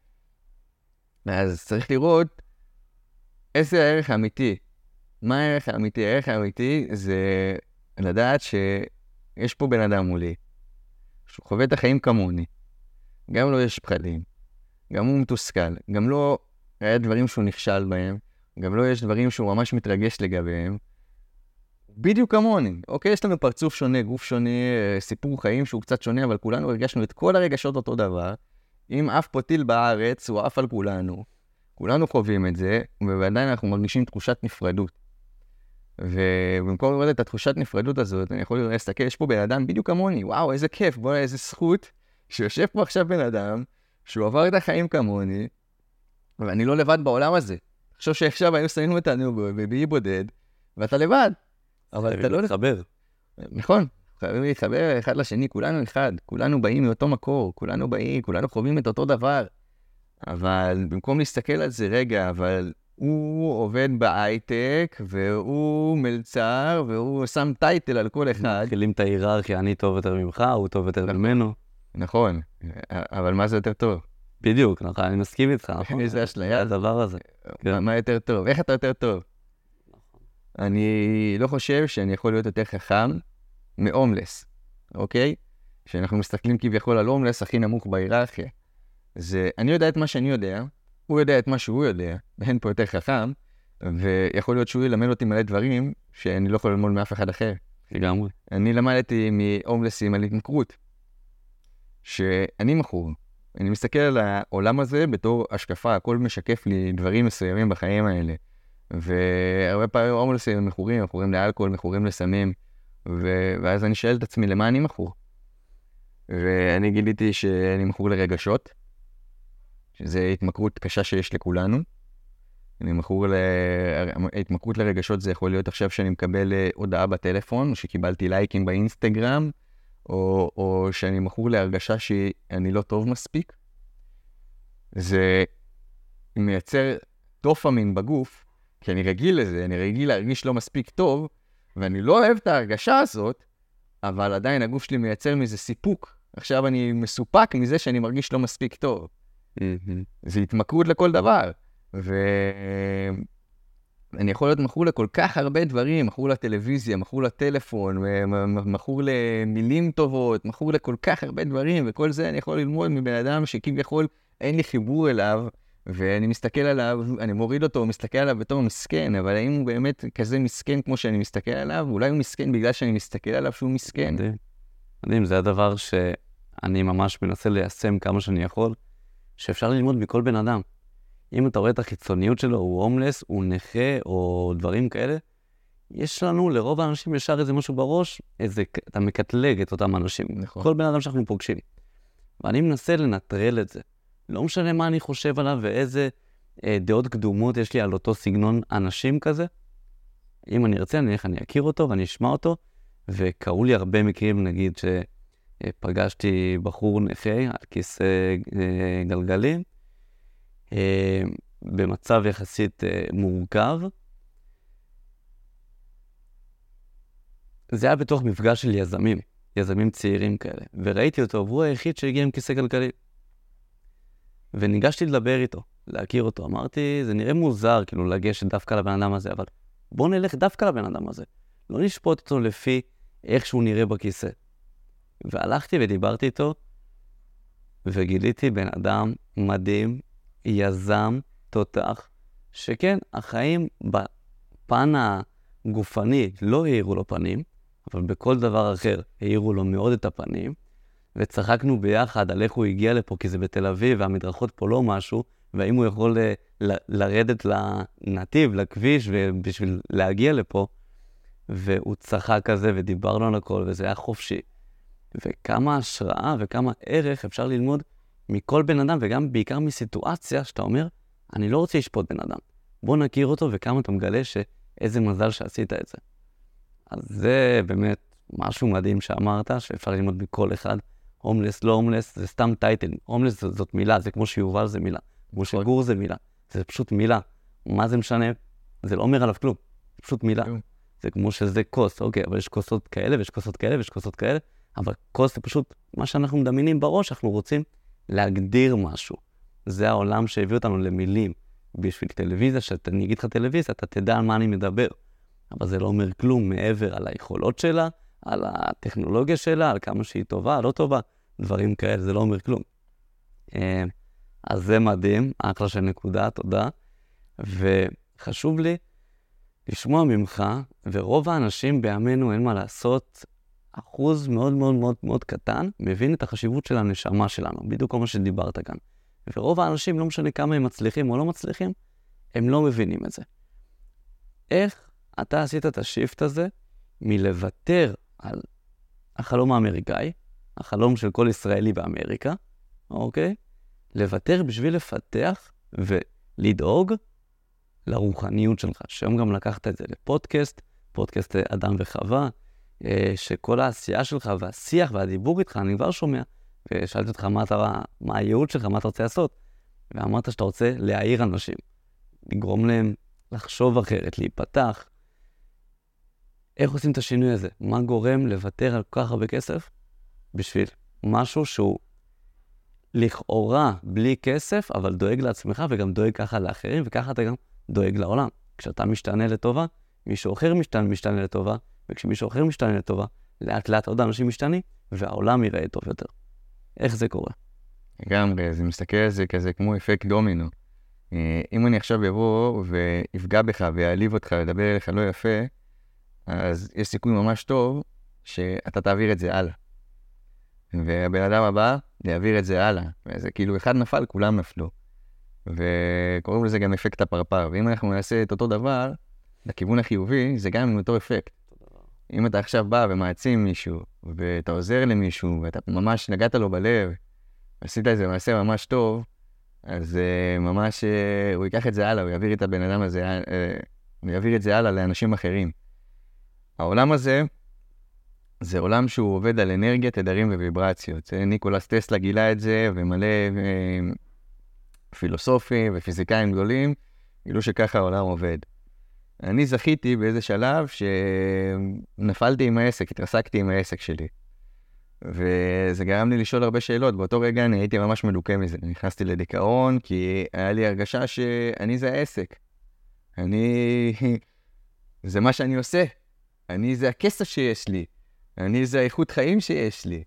B: אז צריך לראות איזה הערך האמיתי. מה הערך האמיתי? הערך האמיתי זה לדעת שיש פה בן אדם מולי, שהוא חווה את החיים כמוני. גם לא יש פחדים, גם הוא מתוסכל, גם לא היה דברים שהוא נכשל בהם, גם לא יש דברים שהוא ממש מתרגש לגביהם. בדיוק כמוני. אוקיי, יש לנו פרצוף שונה, גוף שונה, סיפור חיים שהוא קצת שונה, אבל כולנו הרגשנו את כל הרגשות אותו דבר. אם אף פתיל בארץ, הוא אף על כולנו. כולנו חווים את זה, ובעדיין אנחנו מרגישים תחושת נפרדות. ובמקום לראות את התחושת נפרדות הזאת, אני יכול להסתכל, יש פה בן אדם בדיוק כמוני, וואו, איזה כיף, בוא, איזה זכות, שיושב פה עכשיו בן אדם, שהוא עבר את החיים כמוני, ואני לא לבד בעולם הזה. חושב שעכשיו היו שמים אותנו באי בודד, ואתה לבד. אבל אתה לא
A: להתחבר.
B: נכון, חייבים להתחבר אחד לשני, כולנו אחד, כולנו באים מאותו מקור, כולנו באים, כולנו חווים את אותו דבר. אבל במקום להסתכל על זה רגע, אבל הוא עובד בהייטק, והוא מלצר, והוא שם טייטל על כל אחד.
A: מתחילים את ההיררכיה, אני טוב יותר ממך, הוא טוב יותר ממנו.
B: נכון, אבל מה זה יותר טוב?
A: בדיוק, נכון, אני מסכים איתך, נכון?
B: איזה אשליה.
A: הדבר הזה.
B: מה יותר טוב? איך אתה יותר טוב? אני לא חושב שאני יכול להיות יותר חכם מאומלס, אוקיי? כשאנחנו מסתכלים כביכול על אומלס הכי נמוך בהיררכיה. זה, אני יודע את מה שאני יודע, הוא יודע את מה שהוא יודע, ואין פה יותר חכם, ויכול להיות שהוא ילמד אותי מלא דברים שאני לא יכול ללמוד מאף אחד אחר.
A: לגמרי.
B: אני למדתי מאומלסים על התמכרות, שאני מכור. אני מסתכל על העולם הזה בתור השקפה, הכל משקף לי דברים מסוימים בחיים האלה. והרבה פעמים הומלסים הם מכורים, מכורים לאלכוהול, מכורים לסמים, ו... ואז אני שואל את עצמי, למה אני מכור? ואני גיליתי שאני מכור לרגשות, שזו התמכרות קשה שיש לכולנו. אני מכור ל... התמכרות לרגשות זה יכול להיות עכשיו שאני מקבל הודעה בטלפון, או שקיבלתי לייקים באינסטגרם, או, או שאני מכור להרגשה שאני לא טוב מספיק. זה מייצר דופמין בגוף, כי אני רגיל לזה, אני רגיל להרגיש לא מספיק טוב, ואני לא אוהב את ההרגשה הזאת, אבל עדיין הגוף שלי מייצר מזה סיפוק. עכשיו אני מסופק מזה שאני מרגיש לא מספיק טוב. זה התמכרות לכל דבר. ואני יכול להיות מכור לכל כך הרבה דברים, מכור לטלוויזיה, מכור לטלפון, מכור למילים טובות, מכור לכל כך הרבה דברים, וכל זה אני יכול ללמוד מבן אדם שכביכול אין לי חיבור אליו, ואני מסתכל עליו, אני מוריד אותו, מסתכל עליו בתור מסכן, אבל האם הוא באמת כזה מסכן כמו שאני מסתכל עליו? אולי הוא מסכן בגלל שאני מסתכל עליו שהוא מסכן.
A: מדהים. מדהים, זה הדבר שאני ממש מנסה ליישם כמה שאני יכול, שאפשר ללמוד מכל בן אדם. אם אתה רואה את החיצוניות שלו, הוא הומלס, הוא נכה או דברים כאלה, יש לנו לרוב האנשים ישר איזה משהו בראש, איזה, אתה מקטלג את אותם אנשים.
B: נכון.
A: כל בן אדם שאנחנו פוגשים. ואני מנסה לנטרל את זה. לא משנה מה אני חושב עליו ואיזה אה, דעות קדומות יש לי על אותו סגנון אנשים כזה. אם אני ארצה, אני, אני אכיר אותו ואני אשמע אותו, וקראו לי הרבה מקרים, נגיד שפגשתי בחור נכה על כיסא אה, גלגלים, אה, במצב יחסית אה, מורכב. זה היה בתוך מפגש של יזמים, יזמים צעירים כאלה, וראיתי אותו, והוא היחיד שהגיע עם כיסא גלגלים. וניגשתי לדבר איתו, להכיר אותו. אמרתי, זה נראה מוזר, כאילו, לגשת דווקא לבן אדם הזה, אבל בוא נלך דווקא לבן אדם הזה. לא נשפוט אותו לפי איך שהוא נראה בכיסא. והלכתי ודיברתי איתו, וגיליתי בן אדם מדהים, יזם, תותח, שכן, החיים בפן הגופני לא העירו לו פנים, אבל בכל דבר אחר העירו לו מאוד את הפנים, וצחקנו ביחד על איך הוא הגיע לפה, כי זה בתל אביב, והמדרכות פה לא משהו, והאם הוא יכול ל- ל- לרדת לנתיב, לכביש, בשביל להגיע לפה, והוא צחק כזה, ודיברנו על הכל, וזה היה חופשי. וכמה השראה וכמה ערך אפשר ללמוד מכל בן אדם, וגם בעיקר מסיטואציה שאתה אומר, אני לא רוצה לשפוט בן אדם. בוא נכיר אותו, וכמה אתה מגלה שאיזה מזל שעשית את זה. אז זה באמת משהו מדהים שאמרת, שאפשר ללמוד מכל אחד. הומלס, לא הומלס, זה סתם טייטל. הומלס זאת מילה, זה כמו שיובל זה מילה. כמו שגור זה מילה. זה פשוט מילה. מה זה משנה? זה לא אומר עליו כלום. זה פשוט מילה. זה כמו שזה כוס, אוקיי, אבל יש כוסות כאלה, ויש כוסות כאלה, ויש כוסות כאלה, אבל כוס זה פשוט מה שאנחנו מדמיינים בראש, אנחנו רוצים להגדיר משהו. זה העולם שהביא אותנו למילים. בשביל טלוויזיה, שאני אגיד לך טלוויזיה, אתה תדע על מה אני מדבר. אבל זה לא אומר כלום מעבר על היכולות שלה, על הטכנולוגיה שלה, על כמה שהיא טובה, לא טובה, דברים כאלה, זה לא אומר כלום. אז זה מדהים, אחלה של נקודה, תודה. וחשוב לי לשמוע ממך, ורוב האנשים בימינו אין מה לעשות, אחוז מאוד מאוד מאוד מאוד קטן, מבין את החשיבות של הנשמה שלנו, בדיוק כל מה שדיברת כאן. ורוב האנשים, לא משנה כמה הם מצליחים או לא מצליחים, הם לא מבינים את זה. איך אתה עשית את השיפט הזה מלוותר על החלום האמריקאי, החלום של כל ישראלי באמריקה, אוקיי? לוותר בשביל לפתח ולדאוג לרוחניות שלך. שהיום גם לקחת את זה לפודקאסט, פודקאסט אדם וחווה, שכל העשייה שלך והשיח והדיבור איתך, אני כבר שומע, ושאלתי אותך מה, אתה, מה הייעוד שלך, מה אתה רוצה לעשות, ואמרת שאתה רוצה להעיר אנשים, לגרום להם לחשוב אחרת, להיפתח. איך עושים את השינוי הזה? מה גורם לוותר על כל כך הרבה כסף? בשביל משהו שהוא לכאורה בלי כסף, אבל דואג לעצמך וגם דואג ככה לאחרים, וככה אתה גם דואג לעולם. כשאתה משתנה לטובה, מישהו אחר משתנה, משתנה לטובה, וכשמישהו אחר משתנה לטובה, לאט לאט עוד אנשים משתנים, והעולם ייראה טוב יותר. איך זה קורה?
B: לגמרי, זה מסתכל על זה כזה כמו אפקט דומינו. אם אני עכשיו יבוא ויפגע בך ויעליב אותך וידבר אליך לא יפה, אז יש סיכוי ממש טוב שאתה תעביר את זה הלאה. והבן אדם הבא יעביר את זה הלאה. וזה כאילו אחד נפל, כולם נפלו. וקוראים לזה גם אפקט הפרפר. ואם אנחנו נעשה את אותו דבר, לכיוון החיובי, זה גם עם אותו אפקט. אם אתה עכשיו בא ומעצים מישהו, ואתה עוזר למישהו, ואתה ממש נגעת לו בלב, ועשית איזה מעשה ממש טוב, אז uh, ממש uh, הוא ייקח את זה הלאה, הוא יעביר את הבן אדם הזה, uh, הוא יעביר את זה הלאה לאנשים אחרים. העולם הזה, זה עולם שהוא עובד על אנרגיה, תדרים וויברציות. ניקולס טסלה גילה את זה, ומלא uh, פילוסופים ופיזיקאים גדולים, גילו שככה העולם עובד. אני זכיתי באיזה שלב שנפלתי עם העסק, התרסקתי עם העסק שלי. וזה גרם לי לשאול הרבה שאלות. באותו רגע אני הייתי ממש מדוכא מזה. נכנסתי לדיכאון, כי היה לי הרגשה שאני זה העסק. אני... זה מה שאני עושה. אני זה הכסף שיש לי. אני זה האיכות חיים שיש לי.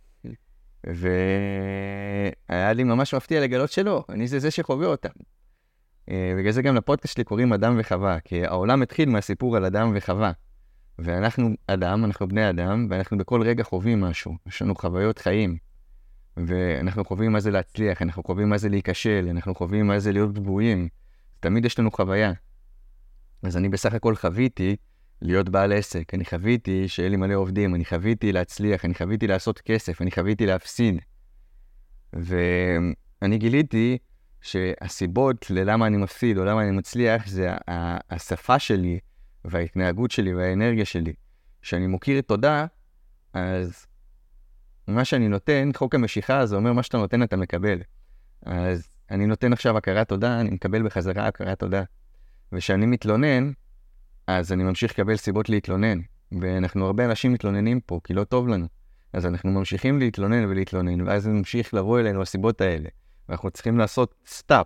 B: והיה לי ממש מפתיע לגלות שלא. אני זה זה שחווה אותם. בגלל זה גם לפודקאסט שלי קוראים אדם וחווה, כי העולם התחיל מהסיפור על אדם וחווה. ואנחנו אדם, אנחנו בני אדם, ואנחנו בכל רגע חווים משהו. יש לנו חוויות חיים. ואנחנו חווים מה זה להצליח, אנחנו חווים מה זה להיכשל, אנחנו חווים מה זה להיות פגועים. תמיד יש לנו חוויה. אז אני בסך הכל חוויתי להיות בעל עסק, אני חוויתי שיהיה לי מלא עובדים, אני חוויתי להצליח, אני חוויתי לעשות כסף, אני חוויתי להפסיד. ואני גיליתי שהסיבות ללמה אני מפסיד או למה אני מצליח זה השפה שלי וההתנהגות שלי והאנרגיה שלי. כשאני מוכיר תודה, אז מה שאני נותן, חוק המשיכה, זה אומר מה שאתה נותן אתה מקבל. אז אני נותן עכשיו הכרת תודה, אני מקבל בחזרה הכרת תודה. וכשאני מתלונן, אז אני ממשיך לקבל סיבות להתלונן. ואנחנו הרבה אנשים מתלוננים פה, כי לא טוב לנו. אז אנחנו ממשיכים להתלונן ולהתלונן, ואז נמשיך לבוא אלינו הסיבות האלה. ואנחנו צריכים לעשות סטאפ.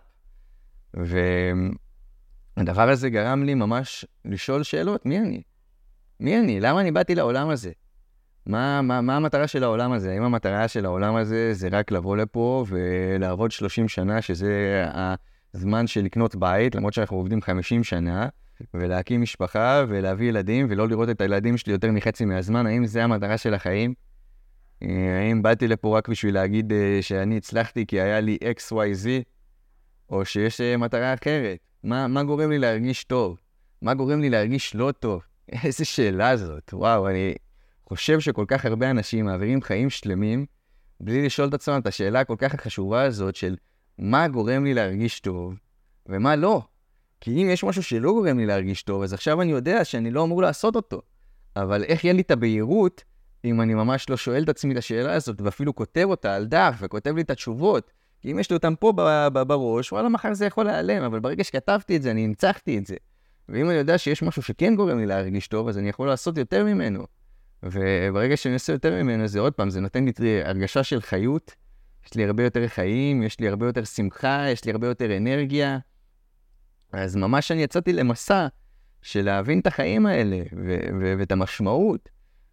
B: והדבר הזה גרם לי ממש לשאול שאלות, מי אני? מי אני? למה אני באתי לעולם הזה? מה, מה, מה המטרה של העולם הזה? האם המטרה של העולם הזה זה רק לבוא לפה ולעבוד שלושים שנה, שזה הזמן של לקנות בית, למרות שאנחנו עובדים חמישים שנה, ולהקים משפחה ולהביא ילדים, ולא לראות את הילדים שלי יותר מחצי מהזמן? האם זה המטרה של החיים? האם באתי לפה רק בשביל להגיד שאני הצלחתי כי היה לי אקס וואי זד, או שיש מטרה אחרת? מה, מה גורם לי להרגיש טוב? מה גורם לי להרגיש לא טוב? איזה שאלה זאת. וואו, אני חושב שכל כך הרבה אנשים מעבירים חיים שלמים, בלי לשאול את עצמם את השאלה הכל כך החשובה הזאת של מה גורם לי להרגיש טוב, ומה לא. כי אם יש משהו שלא גורם לי להרגיש טוב, אז עכשיו אני יודע שאני לא אמור לעשות אותו. אבל איך יהיה לי את הבהירות, אם אני ממש לא שואל את עצמי את השאלה הזאת, ואפילו כותב אותה על דף, וכותב לי את התשובות, כי אם יש לי אותם פה בראש, וואלה, מחר זה יכול להיעלם, אבל ברגע שכתבתי את זה, אני המצחתי את זה. ואם אני יודע שיש משהו שכן גורם לי להרגיש טוב, אז אני יכול לעשות יותר ממנו. וברגע שאני עושה יותר ממנו, זה עוד פעם, זה נותן לי הרגשה של חיות, יש לי הרבה יותר חיים, יש לי הרבה יותר שמחה, יש לי הרבה יותר אנרגיה. אז ממש אני יצאתי למסע של להבין את החיים האלה, ו- ו- ואת המשמעות.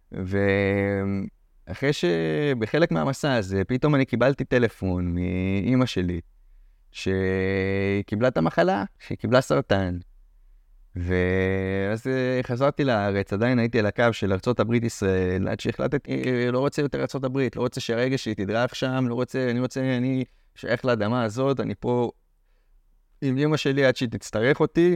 B: ואחרי שבחלק מהמסע הזה, פתאום אני קיבלתי טלפון מאמא שלי, שקיבלה את המחלה, שקיבלה סרטן. ואז חזרתי לארץ, עדיין הייתי על הקו של ארצות הברית ישראל, עד שהחלטתי, לא רוצה יותר ארצות הברית, לא רוצה שהרגע שלי תדרך שם, לא רוצה, אני רוצה, אני שייך לאדמה הזאת, אני פה עם אמא שלי עד שהיא תצטרך אותי,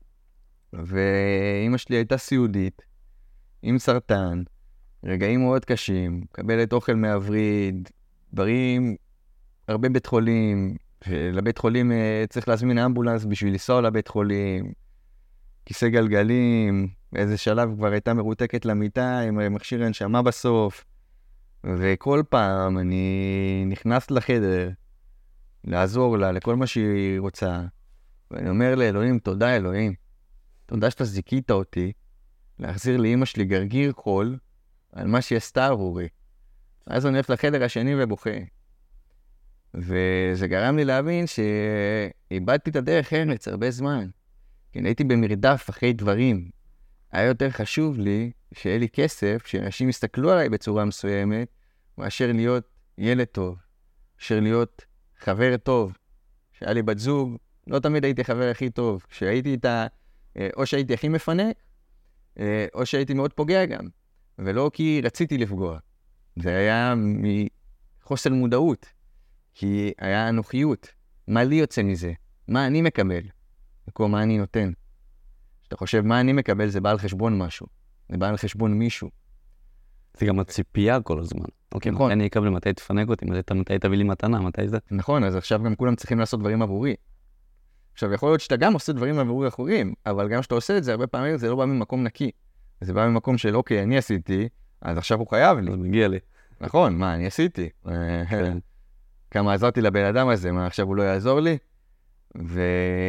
B: ואמא שלי הייתה סיעודית, עם סרטן, רגעים מאוד קשים, קבלת אוכל מעבריד, דברים, הרבה בית חולים, לבית חולים צריך להזמין אמבולנס בשביל לנסוע לבית חולים, כיסא גלגלים, באיזה שלב כבר הייתה מרותקת למיטה עם מכשיר הנשמה בסוף, וכל פעם אני נכנס לחדר לעזור לה לכל מה שהיא רוצה, ואני אומר לאלוהים, תודה אלוהים, תודה שאתה זיקית אותי, להחזיר לאמא שלי גרגיר קול על מה שהיא עשתה עבורי. אז אני הולך לחדר השני ובוכה. וזה גרם לי להבין שאיבדתי את הדרך ארץ הרבה זמן. כי הייתי במרדף אחרי דברים. היה יותר חשוב לי שיהיה לי כסף, שאנשים יסתכלו עליי בצורה מסוימת, מאשר להיות ילד טוב, מאשר להיות חבר טוב. שהיה לי בת זוג, לא תמיד הייתי חבר הכי טוב. כשהייתי איתה, או שהייתי הכי מפנק, או שהייתי מאוד פוגע גם. ולא כי רציתי לפגוע. זה היה מחוסר מודעות. כי היה אנוכיות. מה לי יוצא מזה? מה אני מקבל? במקום מה אני נותן. כשאתה חושב מה אני מקבל, זה בא על חשבון משהו. זה בא על חשבון מישהו.
A: זה גם הציפייה כל הזמן. אוקיי,
B: נכון.
A: מתי אני אקבל, מתי תפנק אותי, מתי, מתי תביא לי מתנה, מתי זה?
B: נכון, אז עכשיו גם כולם צריכים לעשות דברים עבורי. עכשיו, יכול להיות שאתה גם עושה דברים עבורי אחרים, אבל גם שאתה עושה את זה, הרבה פעמים זה לא בא ממקום נקי. זה בא ממקום של, אוקיי, אני עשיתי, אז עכשיו הוא חייב לי.
A: זה מגיע לי.
B: נכון, מה, אני עשיתי.
A: כן.
B: כמה עזרתי לבן אדם הזה, מה, עכשיו הוא לא יעזור לי? ו...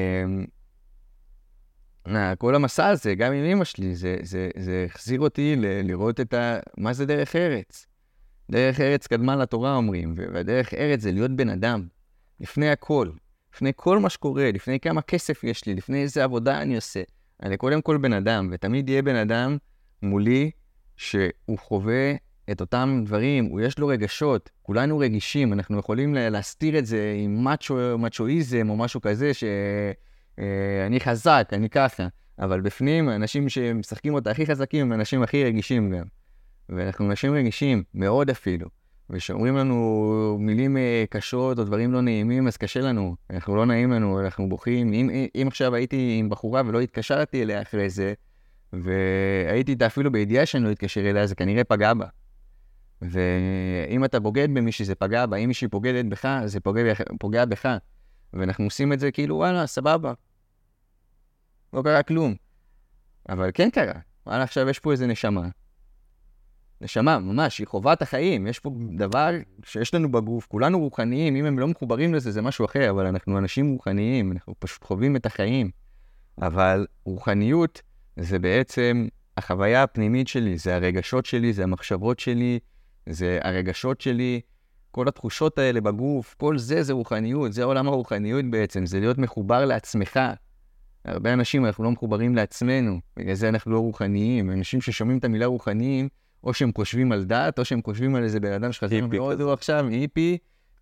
B: נה, כל המסע הזה, גם עם אמא שלי, זה, זה, זה החזיר אותי ל- לראות את ה... מה זה דרך ארץ? דרך ארץ קדמה לתורה אומרים, והדרך ארץ זה להיות בן אדם. לפני הכל, לפני כל מה שקורה, לפני כמה כסף יש לי, לפני איזה עבודה אני עושה. אני קודם כל בן אדם, ותמיד יהיה בן אדם מולי שהוא חווה את אותם דברים, הוא יש לו רגשות, כולנו רגישים, אנחנו יכולים להסתיר את זה עם מצ'ו, מצ'ואיזם או משהו כזה ש... אני חזק, אני ככה, אבל בפנים, האנשים שמשחקים אותה הכי חזקים הם האנשים הכי רגישים גם. ואנחנו אנשים רגישים, מאוד אפילו. ושאומרים לנו מילים קשות או דברים לא נעימים, אז קשה לנו. אנחנו לא נעים לנו, אנחנו בוכים. אם, אם עכשיו הייתי עם בחורה ולא התקשרתי אליה אחרי זה, והייתי איתה אפילו בידיעה שאני לא אתקשר אליה, זה כנראה פגע בה. ואם אתה בוגד במישהי, זה פגע בה. אם מישהי בוגדת בך, זה פוגע, פוגע בך. ואנחנו עושים את זה כאילו, וואלה, סבבה. לא קרה כלום. אבל כן קרה. וואלה, עכשיו יש פה איזה נשמה. נשמה, ממש, היא חובה את החיים. יש פה דבר שיש לנו בגוף. כולנו רוחניים. אם הם לא מחוברים לזה, זה משהו אחר. אבל אנחנו אנשים רוחניים. אנחנו פשוט חווים את החיים. אבל רוחניות זה בעצם החוויה הפנימית שלי. זה הרגשות שלי, זה המחשבות שלי, זה הרגשות שלי. כל התחושות האלה בגוף, כל זה זה רוחניות, זה עולם הרוחניות בעצם, זה להיות מחובר לעצמך. הרבה אנשים אנחנו לא מחוברים לעצמנו, בגלל זה אנחנו לא רוחניים. אנשים ששומעים את המילה רוחניים, או שהם חושבים על דת, או שהם חושבים על איזה בן אדם שחזר מאוד הוא עכשיו, היפי,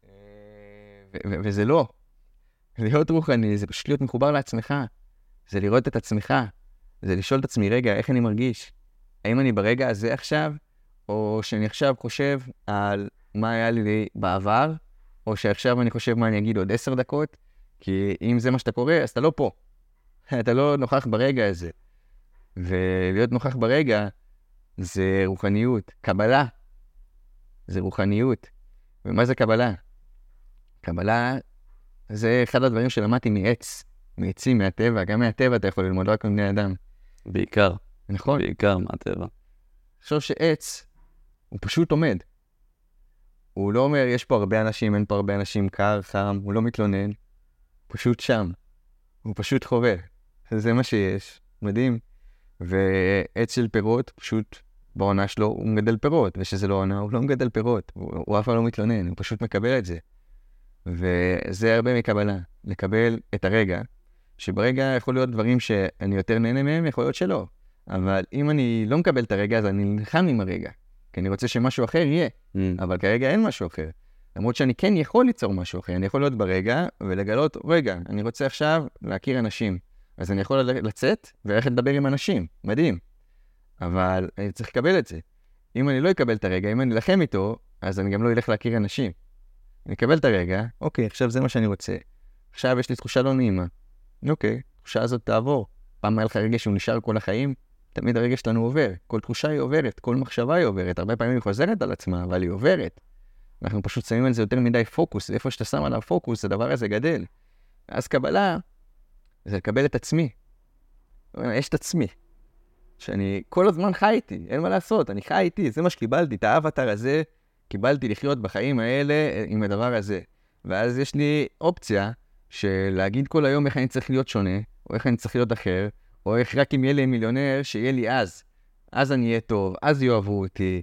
B: וזה לא. להיות רוחני זה פשוט להיות מחובר לעצמך, זה לראות את עצמך, זה לשאול את עצמי, רגע, איך אני מרגיש? האם אני ברגע הזה עכשיו, או שאני עכשיו חושב על מה היה לי בעבר, או שעכשיו אני חושב מה אני אגיד עוד עשר דקות, כי אם זה מה שאתה קורא, אז אתה לא פה. אתה לא נוכח ברגע הזה. ולהיות נוכח ברגע, זה רוחניות. קבלה, זה רוחניות. ומה זה קבלה? קבלה, זה אחד הדברים שלמדתי מעץ, מעצים, מהטבע. גם מהטבע אתה יכול ללמוד, רק מבני אדם.
A: בעיקר.
B: נכון.
A: בעיקר מהטבע.
B: תחשוב שעץ, הוא פשוט עומד. הוא לא אומר, יש פה הרבה אנשים, אין פה הרבה אנשים, קר, חם, הוא לא מתלונן. הוא פשוט שם. הוא פשוט חווה. זה מה שיש. מדהים. ועץ של פירות, פשוט בעונה שלו, הוא מגדל פירות. ושזה לא עונה, הוא לא מגדל פירות. הוא, הוא אף פעם לא מתלונן, הוא פשוט מקבל את זה. וזה הרבה מקבלה. לקבל את הרגע. שברגע יכול להיות דברים שאני יותר נהנה מהם, יכול להיות שלא. אבל אם אני לא מקבל את הרגע, אז אני נלחם עם הרגע. כי אני רוצה שמשהו אחר יהיה. Mm. אבל כרגע אין משהו אחר. למרות שאני כן יכול ליצור משהו אחר. אני יכול להיות ברגע ולגלות, רגע, אני רוצה עכשיו להכיר אנשים. אז אני יכול לצאת וללכת לדבר עם אנשים. מדהים. אבל אני צריך לקבל את זה. אם אני לא אקבל את הרגע, אם אני אלחם איתו, אז אני גם לא אלך להכיר אנשים. אני אקבל את הרגע, אוקיי, עכשיו זה מה שאני רוצה. עכשיו יש לי תחושה לא נעימה. אוקיי, התחושה הזאת תעבור. פעם היה לך רגע שהוא נשאר כל החיים, תמיד הרגע שלנו עובר. כל תחושה היא עוברת, כל מחשבה היא עוברת. הרבה פעמים היא חוזרת על עצמה, אבל היא עוברת. אנחנו פשוט שמים על זה יותר מדי פוקוס. איפה שאתה שם עליו פוקוס, הדבר הזה גדל. אז קבלה, זה לקבל את עצמי. יש את עצמי. שאני כל הזמן חי איתי, אין מה לעשות, אני חי איתי, זה מה שקיבלתי, את האבטר הזה, קיבלתי לחיות בחיים האלה עם הדבר הזה. ואז יש לי אופציה של להגיד כל היום איך אני צריך להיות שונה, או איך אני צריך להיות אחר, או איך רק אם יהיה לי מיליונר, שיהיה לי אז. אז אני אהיה טוב, אז יאהבו אותי.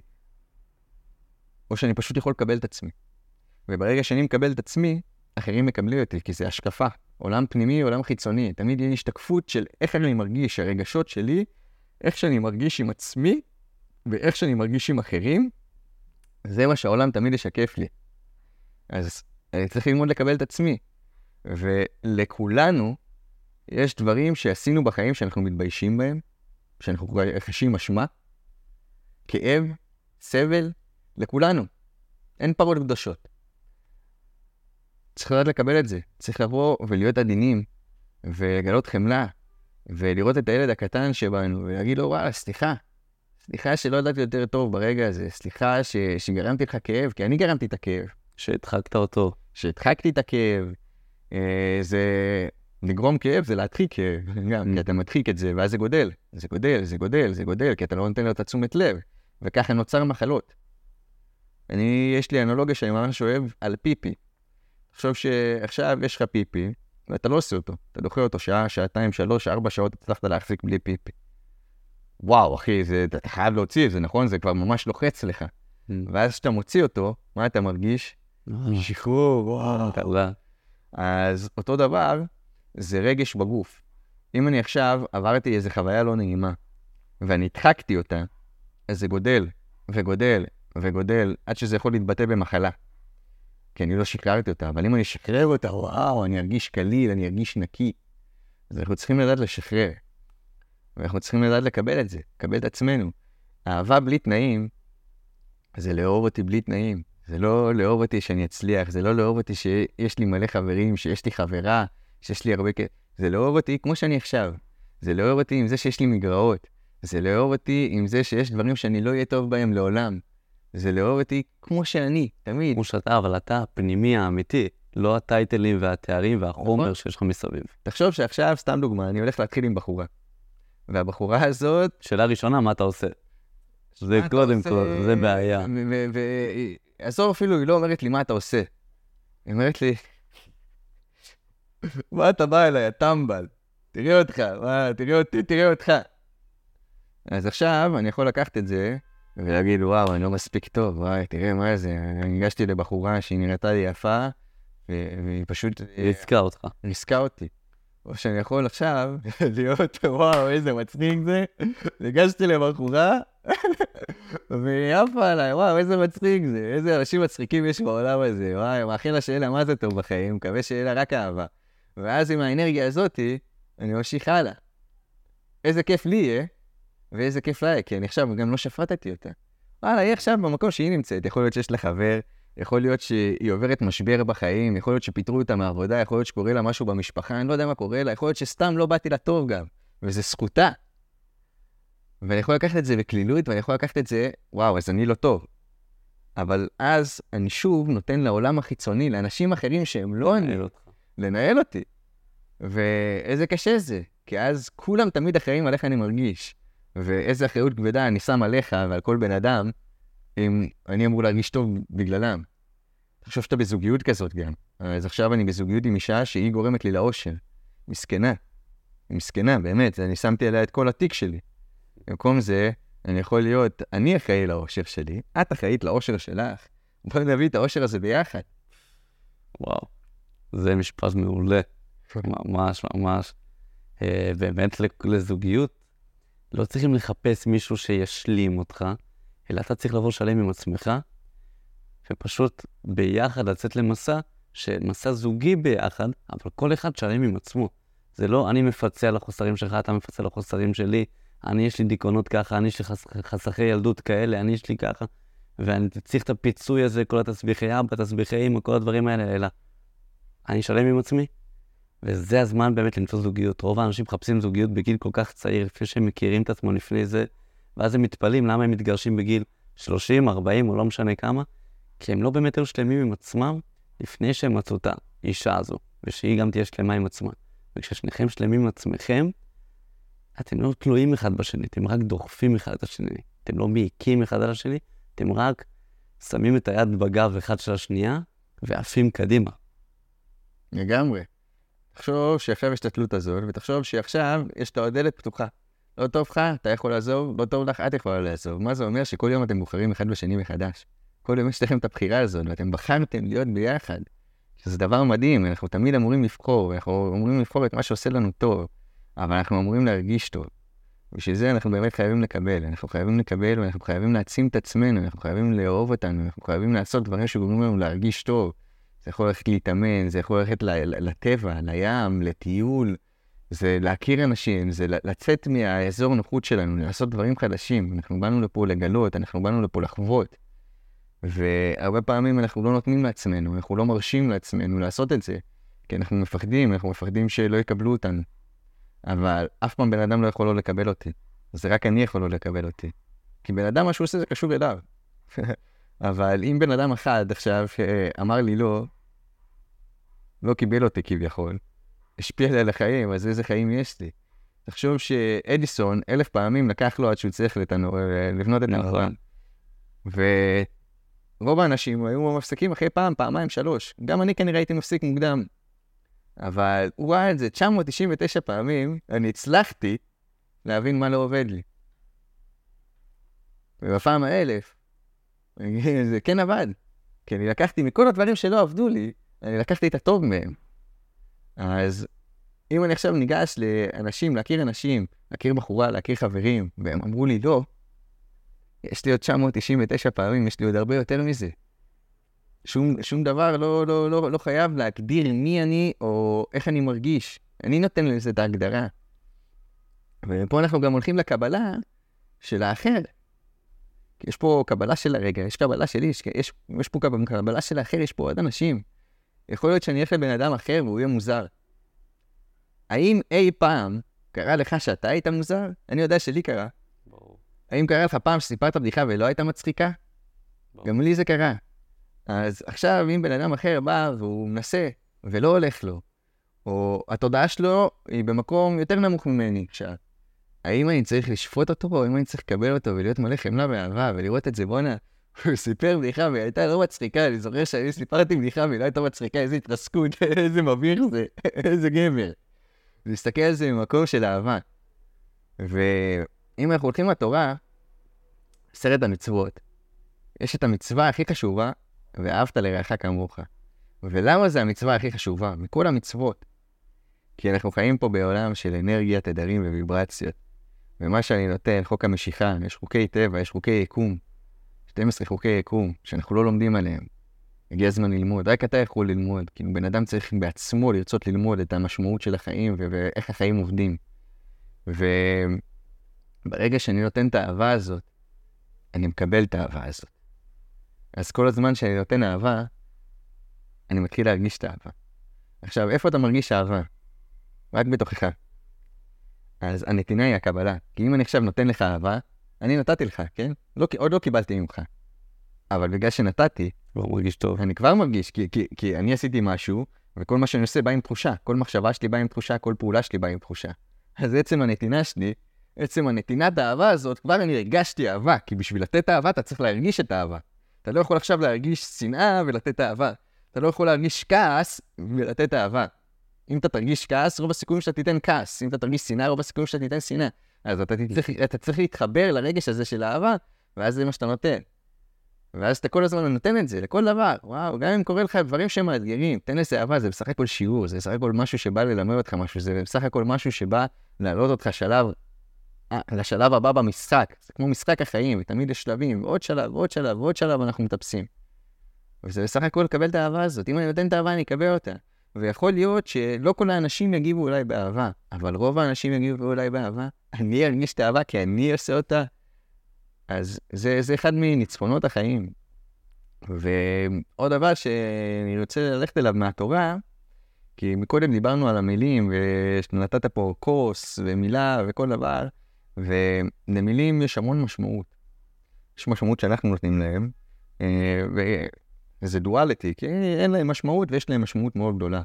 B: או שאני פשוט יכול לקבל את עצמי. וברגע שאני מקבל את עצמי, אחרים מקבלים אותי, כי זה השקפה. עולם פנימי, עולם חיצוני. תמיד יהיה השתקפות של איך אני מרגיש, הרגשות שלי, איך שאני מרגיש עם עצמי, ואיך שאני מרגיש עם אחרים, זה מה שהעולם תמיד ישקף לי. אז אני צריך ללמוד לקבל את עצמי. ולכולנו, יש דברים שעשינו בחיים שאנחנו מתביישים בהם, שאנחנו חשים אשמה, כאב, סבל, לכולנו. אין פרות קדושות. צריך לדעת לקבל את זה. צריך לבוא ולהיות עדינים, ולגלות חמלה, ולראות את הילד הקטן שבנו, ולהגיד לו, וואלה, סליחה. סליחה שלא ידעתי יותר טוב ברגע הזה. סליחה ש... שגרמתי לך כאב, כי אני גרמתי את הכאב.
A: שהדחקת אותו.
B: שהדחקתי את הכאב. אה, זה... לגרום כאב זה להדחיק כאב, גם, כי אתה מדחיק את זה, ואז זה גודל. זה גודל, זה גודל, זה גודל, כי אתה לא נותן לו את תשומת לב. וככה נוצר מחלות. אני, יש לי אנלוגיה שאני ממש אוהב על פיפי. תחשוב שעכשיו יש לך פיפי, ואתה לא עושה אותו. אתה דוחה אותו שעה, שעתיים, שלוש, ארבע שעות, הצלחת להחזיק בלי פיפי. וואו, אחי, זה, אתה חייב להוציא, זה נכון, זה כבר ממש לוחץ לך. ואז כשאתה מוציא אותו, מה אתה מרגיש? שחרור, וואו. אז אותו דבר, זה רגש בגוף. אם אני עכשיו עברתי איזו חוויה לא נעימה, ואני הדחקתי אותה, אז זה גודל, וגודל, וגודל, עד שזה יכול להתבטא במחלה. כי אני לא שחררתי אותה, אבל אם אני אשחרר אותה, וואו, אני ארגיש קליל, אני ארגיש נקי. אז אנחנו צריכים לדעת לשחרר. ואנחנו צריכים לדעת לקבל את זה, לקבל את עצמנו. אהבה בלי תנאים, זה לאהוב אותי בלי תנאים. זה לא לאהוב אותי שאני אצליח, זה לא לאהוב אותי שיש לי מלא חברים, שיש לי חברה, שיש לי הרבה... זה לאהוב אותי כמו שאני עכשיו. זה לאהוב אותי עם זה שיש לי מגרעות. זה לאהוב אותי עם זה שיש דברים שאני לא אהיה טוב בהם לעולם. זה לאהוב אותי כמו שאני, תמיד.
A: כמו שאתה, אבל אתה הפנימי האמיתי, לא הטייטלים והתארים והחומר שיש לך מסביב.
B: תחשוב שעכשיו, סתם דוגמה, אני הולך להתחיל עם בחורה. והבחורה הזאת...
A: שאלה ראשונה, מה אתה עושה? זה קודם כל, זה בעיה.
B: ועזור אפילו, היא לא אומרת לי מה אתה עושה. היא אומרת לי, מה אתה בא אליי, הטמבל? תראה אותך, מה, תראה אותי, תראה אותך. אז עכשיו אני יכול לקחת את זה, ולהגיד, וואו, אני לא מספיק טוב, וואי, תראה מה זה. אני ניגשתי לבחורה שהיא נראתה לי יפה, והיא פשוט...
A: ריסקה אותך.
B: ריסקה אותי. או שאני יכול עכשיו להיות, וואו, איזה מצחיק זה. ניגשתי לבחורה, והיא עפה עליי, וואו, איזה מצחיק זה. איזה אנשים מצחיקים יש בעולם הזה. וואי, מאחל לה שיהיה לה מה זה טוב בחיים, מקווה שיהיה לה רק אהבה. ואז עם האנרגיה הזאת, אני ממשיך הלאה. איזה כיף לי יהיה, ואיזה כיף לה, כי אני עכשיו גם לא שפטתי אותה. וואלה, היא עכשיו במקום שהיא נמצאת, יכול להיות שיש לה חבר, יכול להיות שהיא עוברת משבר בחיים, יכול להיות שפיטרו אותה מהעבודה, יכול להיות שקורה לה משהו במשפחה, אני לא יודע מה קורה לה, יכול להיות שסתם לא באתי לה טוב גם, וזה זכותה. ואני יכול לקחת את זה בכלילות, ואני יכול לקחת את זה, וואו, אז אני לא טוב. אבל אז אני שוב נותן לעולם החיצוני, לאנשים אחרים שהם לא אני, לנהל אותי. ואיזה קשה זה, כי אז כולם תמיד אחרים על איך אני מרגיש. ואיזה אחריות כבדה אני שם עליך ועל כל בן אדם, אם אני אמור להרגיש טוב בגללם. תחשוב שאתה בזוגיות כזאת גם. אז עכשיו אני בזוגיות עם אישה שהיא גורמת לי לאושר. מסכנה. מסכנה, באמת. אני שמתי עליה את כל התיק שלי. במקום זה, אני יכול להיות, אני אחראי לאושר שלי, את אחראית לאושר שלך. בואי נביא את האושר הזה ביחד.
A: וואו, זה משפט מעולה. ממש, ממש. באמת לזוגיות, לא צריכים לחפש מישהו שישלים אותך, אלא אתה צריך לבוא שלם עם עצמך, ופשוט ביחד לצאת למסע, שמסע זוגי ביחד, אבל כל אחד שלם עם עצמו. זה לא אני מפצה על החוסרים שלך, אתה מפצה על החוסרים שלי, אני יש לי דיכאונות ככה, אני יש לי חס... חסכי ילדות כאלה, אני יש לי ככה, ואני צריך את הפיצוי הזה, כל התסביכי אבא, תסביכי אמא, כל הדברים האלה, אלא אני שלם עם עצמי, וזה הזמן באמת למצוא זוגיות. רוב האנשים מחפשים זוגיות בגיל כל כך צעיר, לפני שהם מכירים את עצמו לפני זה, ואז הם מתפלאים למה הם מתגרשים בגיל שלושים, ארבעים, או לא משנה כמה, כי הם לא באמת היו שלמים עם עצמם, לפני שהם מצאו את האישה הזו, ושהיא גם תהיה שלמה עם עצמה. וכששניכם שלמים עם עצמכם, אתם לא תלויים אחד בשני, אתם רק דוחפים אחד את השני, אתם לא מעיקים אחד על השני, אתם רק שמים את היד בגב אחד של השנייה, ועפים קדימה.
B: לגמרי. תחשוב שעכשיו יש את התלות הזאת, ותחשוב שעכשיו יש את הדלת פתוחה. לא טוב לך, אתה יכול לעזוב, לא טוב לך, את יכולה לעזוב. מה זה אומר? שכל יום אתם בוחרים אחד בשני מחדש. כל יום יש לכם את הבחירה הזאת, ואתם בחרתם להיות ביחד. שזה דבר מדהים, אנחנו תמיד אמורים לבחור, אנחנו אמורים לבחור את מה שעושה לנו טוב, אבל אנחנו אמורים להרגיש טוב. בשביל זה אנחנו באמת חייבים לקבל, אנחנו חייבים לקבל, ואנחנו חייבים להעצים את עצמנו, אנחנו חייבים לאהוב אותנו, אנחנו חייבים לעשות דברים שגורמים לנו להרגיש טוב. זה יכול ללכת להתאמן, זה יכול ללכת לטבע, לים, לטיול, זה להכיר אנשים, זה לצאת מהאזור נוחות שלנו, לעשות דברים חדשים. אנחנו באנו לפה לגלות, אנחנו באנו לפה לחוות. והרבה פעמים אנחנו לא נותנים לעצמנו, אנחנו לא מרשים לעצמנו לעשות את זה, כי אנחנו מפחדים, אנחנו מפחדים שלא יקבלו אותנו. אבל אף פעם בן אדם לא יכול לא לקבל אותי. זה רק אני יכול לא לקבל אותי. כי בן אדם, מה שהוא עושה, זה קשור אליו. אבל אם בן אדם אחד עכשיו שאמר לי לא, לא קיבל אותי כביכול, השפיע לי על החיים, אז איזה חיים יש לי? תחשוב שאדיסון אלף פעמים לקח לו עד שהוא צריך לתנור, לבנות את הנורא. ורוב האנשים היו מפסיקים אחרי פעם, פעמיים, שלוש. גם אני כנראה הייתי מפסיק מוקדם. אבל הוא ראה את זה תשע מאות תשעים ותשע פעמים, אני הצלחתי להבין מה לא עובד לי. ובפעם האלף, זה כן עבד. כי אני לקחתי מכל הדברים שלא עבדו לי, אני לקחתי את הטוב מהם. אז אם אני עכשיו ניגש לאנשים, להכיר אנשים, להכיר בחורה, להכיר חברים, והם אמרו לי לא, יש לי עוד תשע מאות תשעים ותשע פעמים, יש לי עוד הרבה יותר מזה. שום, שום דבר לא, לא, לא, לא חייב להגדיר מי אני או איך אני מרגיש. אני נותן לזה את ההגדרה. ופה אנחנו גם הולכים לקבלה של האחר. יש פה קבלה של הרגע, יש קבלה שלי, יש, יש, יש פה קבלה של האחר, יש פה עוד אנשים. יכול להיות שאני אלך לבן אדם אחר והוא יהיה מוזר. האם אי פעם קרה לך שאתה היית מוזר? אני יודע שלי קרה. ברור. האם קרה לך פעם שסיפרת בדיחה ולא הייתה מצחיקה? ברור. גם לי זה קרה. אז עכשיו אם בן אדם אחר בא והוא מנסה ולא הולך לו, או התודעה שלו היא במקום יותר נמוך ממני עכשיו, האם אני צריך לשפוט אותו, או האם אני צריך לקבל אותו ולהיות מלא חמלה ואהבה ולראות את זה? בונה, הוא סיפר בדיחה והיא הייתה לא מצחיקה, אני זוכר שאני סיפרתי בדיחה והיא לא הייתה מצחיקה, איזה התרסקות, איזה מביר זה, איזה גבר. להסתכל על זה ממקום של אהבה. ואם אנחנו הולכים לתורה, עשרת המצוות, יש את המצווה הכי חשובה, ואהבת לרעך כמוך. ולמה זה המצווה הכי חשובה? מכל המצוות. כי אנחנו חיים פה בעולם של אנרגיה, תדרים וויברציות. ומה שאני נותן, חוק המשיכה, יש חוקי טבע, יש חוקי יקום. שתים עשרה חוקי יקום, שאנחנו לא לומדים עליהם. הגיע הזמן ללמוד, רק אתה יכול ללמוד. כאילו בן אדם צריך בעצמו לרצות ללמוד את המשמעות של החיים ו- ואיך החיים עובדים. וברגע שאני נותן את האהבה הזאת, אני מקבל את האהבה הזאת. אז כל הזמן שאני נותן אהבה, אני מתחיל להרגיש את האהבה. עכשיו, איפה אתה מרגיש אהבה? רק בתוכך. אז הנתינה היא הקבלה. כי אם אני עכשיו נותן לך אהבה, אני נתתי לך, כן? לא, עוד לא קיבלתי ממך. אבל בגלל שנתתי,
A: כבר מרגיש טוב.
B: אני כבר מרגיש, כי, כי, כי אני עשיתי משהו, וכל מה שאני עושה בא עם תחושה. כל מחשבה שלי בא עם תחושה, כל פעולה שלי בא עם תחושה. אז בעצם הנתינה שלי, עצם הנתינת האהבה הזאת, כבר אני הרגשתי אהבה, כי בשביל לתת אהבה אתה צריך להרגיש את האהבה. אתה לא יכול עכשיו להרגיש שנאה ולתת אהבה. אתה לא יכול להרגיש כעס ולתת אהבה. אם אתה תרגיש כעס, רוב הסיכויים שאתה תיתן כעס. אם אתה תרגיש שנאה, רוב הסיכויים שאתה תיתן שנאה. אז אתה צריך, אתה צריך להתחבר לרגש הזה של האהבה, ואז זה מה שאתה נותן. ואז אתה כל הזמן נותן את זה, לכל דבר. וואו, גם אם קורא לך דברים שהם מאתגרים, תן לזה אהבה, זה בסך הכל שיעור, זה בסך הכל משהו שבא ללמד אותך משהו, זה בסך הכל משהו שבא להעלות אותך שלב, לשלב הבא במשחק. זה כמו משחק החיים, ותמיד יש שלבים, ועוד שלב, ועוד שלב, ועוד שלב אנחנו מטפסים. וזה בסך הכל לקבל את האהבה הזאת. אם אני נותן את האהבה, אני אקבל אותה. ויכול להיות שלא כל האנשים יגיבו אולי באהבה, אבל רוב האנשים יגיבו אולי באהבה. אני ארגיש את האהבה כי אני עושה אותה. אז זה, זה אחד מניצחונות החיים. ועוד דבר שאני רוצה ללכת אליו מהתורה, כי מקודם דיברנו על המילים, ונתת פה קורס ומילה וכל דבר, ולמילים יש המון משמעות. יש משמעות שאנחנו נותנים להם, וזה דואליטי, כי אין להם משמעות ויש להם משמעות מאוד גדולה.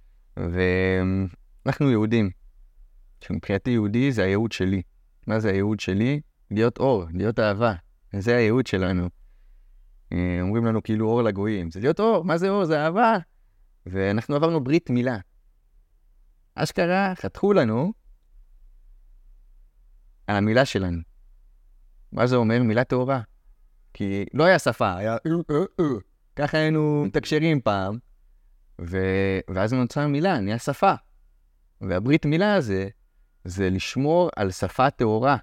B: ואנחנו יהודים. שמבחינתי יהודי זה הייעוד שלי. מה זה הייעוד שלי? להיות אור, להיות אהבה. זה הייעוד שלנו. אומרים לנו כאילו אור לגויים. זה להיות אור, מה זה אור? זה אהבה. ואנחנו עברנו ברית מילה. אשכרה חתכו לנו על המילה שלנו. מה זה אומר? מילה טהורה. כי לא היה שפה, היה ככה היינו מתקשרים פעם, ו... ואז נוצרה מילה, נהיה שפה. והברית מילה הזה, זה לשמור על שפה טהורה.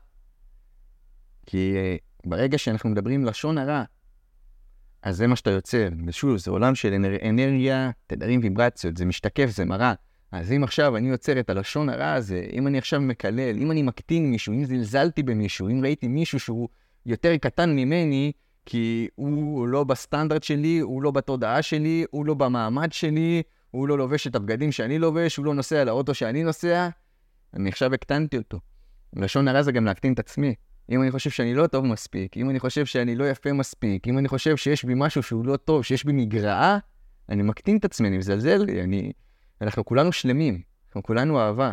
B: כי ברגע שאנחנו מדברים לשון הרע, אז זה מה שאתה יוצר. ושוב, זה עולם של אנרגיה, תדרים ויברציות, זה משתקף, זה מראה. אז אם עכשיו אני יוצר את הלשון הרע הזה, אם אני עכשיו מקלל, אם אני מקטין מישהו, אם זלזלתי במישהו, אם ראיתי מישהו שהוא יותר קטן ממני, כי הוא לא בסטנדרט שלי, הוא לא בתודעה שלי, הוא לא במעמד שלי, הוא לא לובש את הבגדים שאני לובש, הוא לא נוסע לאוטו שאני נוסע, אני עכשיו הקטנתי אותו. לשון הרע זה גם להקטין את עצמי. אם אני חושב שאני לא טוב מספיק, אם אני חושב שאני לא יפה מספיק, אם אני חושב שיש בי משהו שהוא לא טוב, שיש בי מגרעה, אני מקטין את עצמי, אני מזלזל לי, אני... אנחנו כולנו שלמים, אנחנו כולנו אהבה.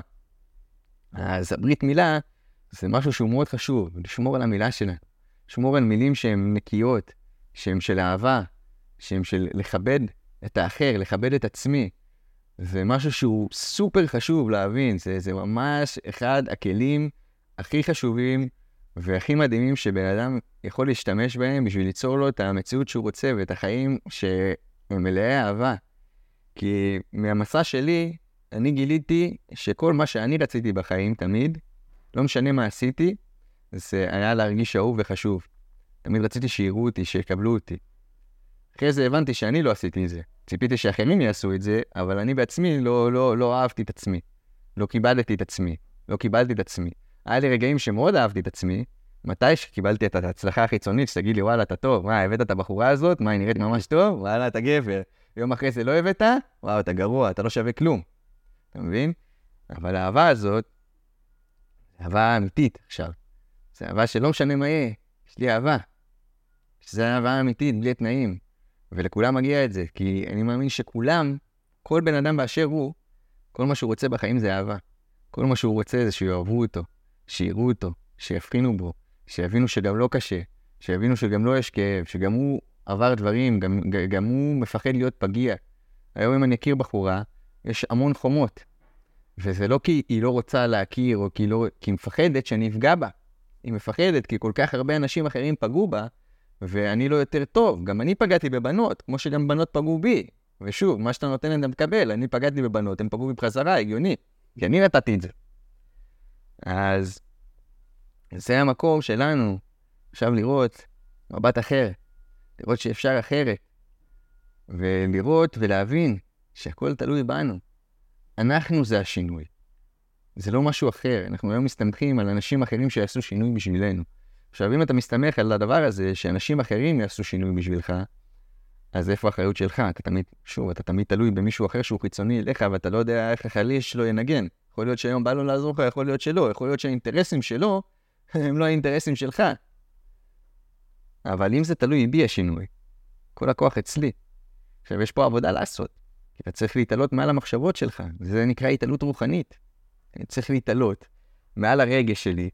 B: אז הברית מילה זה משהו שהוא מאוד חשוב, לשמור על המילה שלנו. לשמור על מילים שהן נקיות, שהן של אהבה, שהן של לכבד את האחר, לכבד את עצמי. זה משהו שהוא סופר חשוב להבין, זה, זה ממש אחד הכלים הכי חשובים והכי מדהימים שבן אדם יכול להשתמש בהם בשביל ליצור לו את המציאות שהוא רוצה ואת החיים שהם מלאי אהבה. כי מהמסע שלי, אני גיליתי שכל מה שאני רציתי בחיים תמיד, לא משנה מה עשיתי, זה היה להרגיש אהוב וחשוב. תמיד רציתי שיראו אותי, שיקבלו אותי. אחרי זה הבנתי שאני לא עשיתי את זה. ציפיתי שאחרים יעשו את זה, אבל אני בעצמי לא, לא, לא אהבתי את עצמי. לא קיבלתי את עצמי. לא קיבלתי את עצמי. היה לי רגעים שמאוד אהבתי את עצמי, מתי שקיבלתי את ההצלחה החיצונית, שתגיד לי, וואלה, אתה טוב, מה, הבאת את הבחורה הזאת? מה, היא נראית ממש טוב? וואלה, אתה גבר. יום אחרי זה לא הבאת? וואו, אתה גרוע, אתה לא שווה כלום. אתה מבין? אבל האהבה הזאת, אהבה אמיתית עכשיו. זה אהבה שלא משנה מה יהיה, יש לי אהבה. שזה אהבה אמיתית, בלי תנאים. ולכולם מגיע את זה, כי אני מאמין שכולם, כל בן אדם באשר הוא, כל מה שהוא רוצה בחיים זה אהבה. כל מה שהוא רוצה זה שיאהבו אותו, שיראו אותו, שיבחינו בו, שיבינו שגם לא קשה, שיבינו שגם לא יש כאב, שגם הוא עבר דברים, גם, גם הוא מפחד להיות פגיע. היום אם אני אכיר בחורה, יש המון חומות. וזה לא כי היא לא רוצה להכיר, או כי, לא, כי היא מפחדת שאני אפגע בה. היא מפחדת כי כל כך הרבה אנשים אחרים פגעו בה, ואני לא יותר טוב. גם אני פגעתי בבנות, כמו שגם בנות פגעו בי. ושוב, מה שאתה נותן אתה מקבל. אני פגעתי בבנות, הם פגעו בי בחזרה, הגיוני. כי אני נתתי את זה. אז זה המקום שלנו, עכשיו לראות מבט אחר. לראות שאפשר אחרת. ולראות ולהבין שהכל תלוי בנו. אנחנו זה השינוי. זה לא משהו אחר. אנחנו היום מסתמכים על אנשים אחרים שיעשו שינוי בשבילנו. עכשיו, אם אתה מסתמך על הדבר הזה, שאנשים אחרים יעשו שינוי בשבילך, אז איפה האחריות שלך? אתה תמיד, שוב, אתה תמיד תלוי במישהו אחר שהוא חיצוני אליך, ואתה לא יודע איך החליש שלו ינגן. יכול להיות שהיום בא לו לעזור לך, יכול להיות שלא. יכול להיות שהאינטרסים שלו הם לא האינטרסים שלך. אבל אם זה תלוי בי השינוי, כל הכוח אצלי. עכשיו, יש פה עבודה לעשות. כי אתה צריך להתעלות מעל המחשבות שלך. זה נקרא התעלות רוחנית. אני צריך להתעלות מעל הרגש שלי,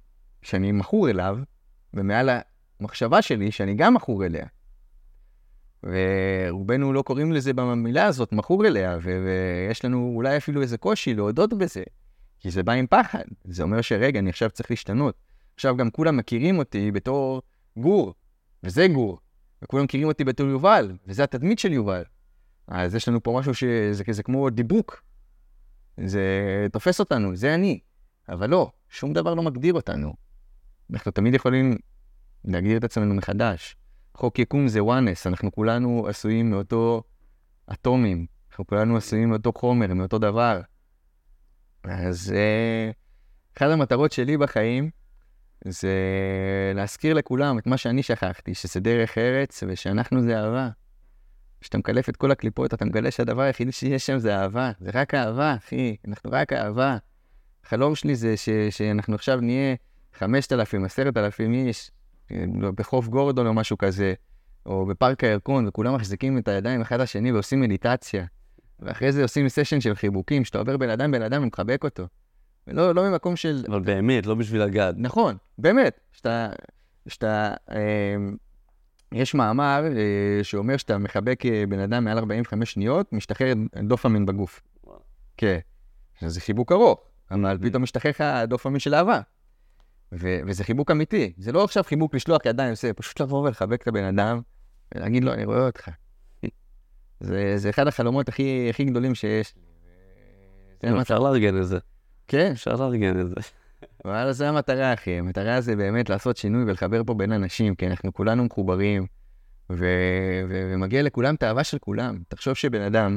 B: שאני מכור אליו, ומעל המחשבה שלי שאני גם מכור אליה. ורובנו לא קוראים לזה במילה הזאת, מכור אליה, ו- ויש לנו אולי אפילו איזה קושי להודות בזה, כי זה בא עם פחד. זה אומר שרגע, אני עכשיו צריך להשתנות. עכשיו גם כולם מכירים אותי בתור גור, וזה גור. וכולם מכירים אותי בתור יובל, וזה התדמית של יובל. אז יש לנו פה משהו שזה כזה כמו דיבוק. זה תופס אותנו, זה אני. אבל לא, שום דבר לא מגדיר אותנו. אנחנו תמיד יכולים להגדיר את עצמנו מחדש. חוק יקום זה וואנס, אנחנו כולנו עשויים מאותו אטומים, אנחנו כולנו עשויים מאותו חומר, מאותו דבר. אז אה, אחת המטרות שלי בחיים זה להזכיר לכולם את מה שאני שכחתי, שזה דרך ארץ ושאנחנו זה אהבה. כשאתה מקלף את כל הקליפות, אתה מגלה שהדבר היחידי שיש שם זה אהבה. זה רק אהבה, אחי, אנחנו רק אהבה. החלום שלי זה ש- שאנחנו עכשיו נהיה חמשת אלפים, עשרת אלפים איש, בחוף גורדון או משהו כזה, או בפארק הירקון, וכולם מחזיקים את הידיים אחד השני ועושים מדיטציה. ואחרי זה עושים סשן של חיבוקים, שאתה עובר בן אדם בן אדם ומחבק אותו. ולא לא ממקום של...
A: אבל באמת, לא בשביל הגד.
B: נכון, באמת. שאתה... שאתה אה, יש מאמר אה, שאומר שאתה מחבק בן אדם מעל ארבעים וחמש שניות, משתחרר דופמין בגוף. כן. זה חיבוק ארוך, אבל פתאום משתחרר לך דופמין של אהבה. ו- וזה חיבוק אמיתי. זה לא עכשיו חיבוק לשלוח ידיים, זה פשוט לבוא ולחבק את הבן אדם, ולהגיד לו, אני רואה אותך. זה, זה אחד החלומות הכי, הכי גדולים שיש.
A: זה אפשר לארגן את זה.
B: כן.
A: אפשר לארגן את זה.
B: אבל זה המטרה, אחי. המטרה זה באמת לעשות שינוי ולחבר פה בין אנשים, כי אנחנו כולנו מחוברים, ו- ו- ומגיע לכולם את האהבה של כולם. תחשוב שבן אדם,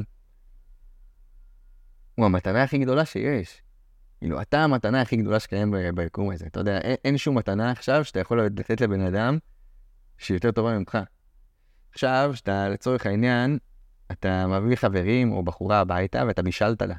B: הוא המתנה הכי גדולה שיש. כאילו, אתה המתנה הכי גדולה שקיים ביקום הזה. אתה יודע, אין, אין שום מתנה עכשיו שאתה יכול לתת לבן אדם שהיא יותר טובה ממך. עכשיו, שאתה לצורך העניין, אתה מביא חברים או בחורה הביתה ואתה בישלת לה.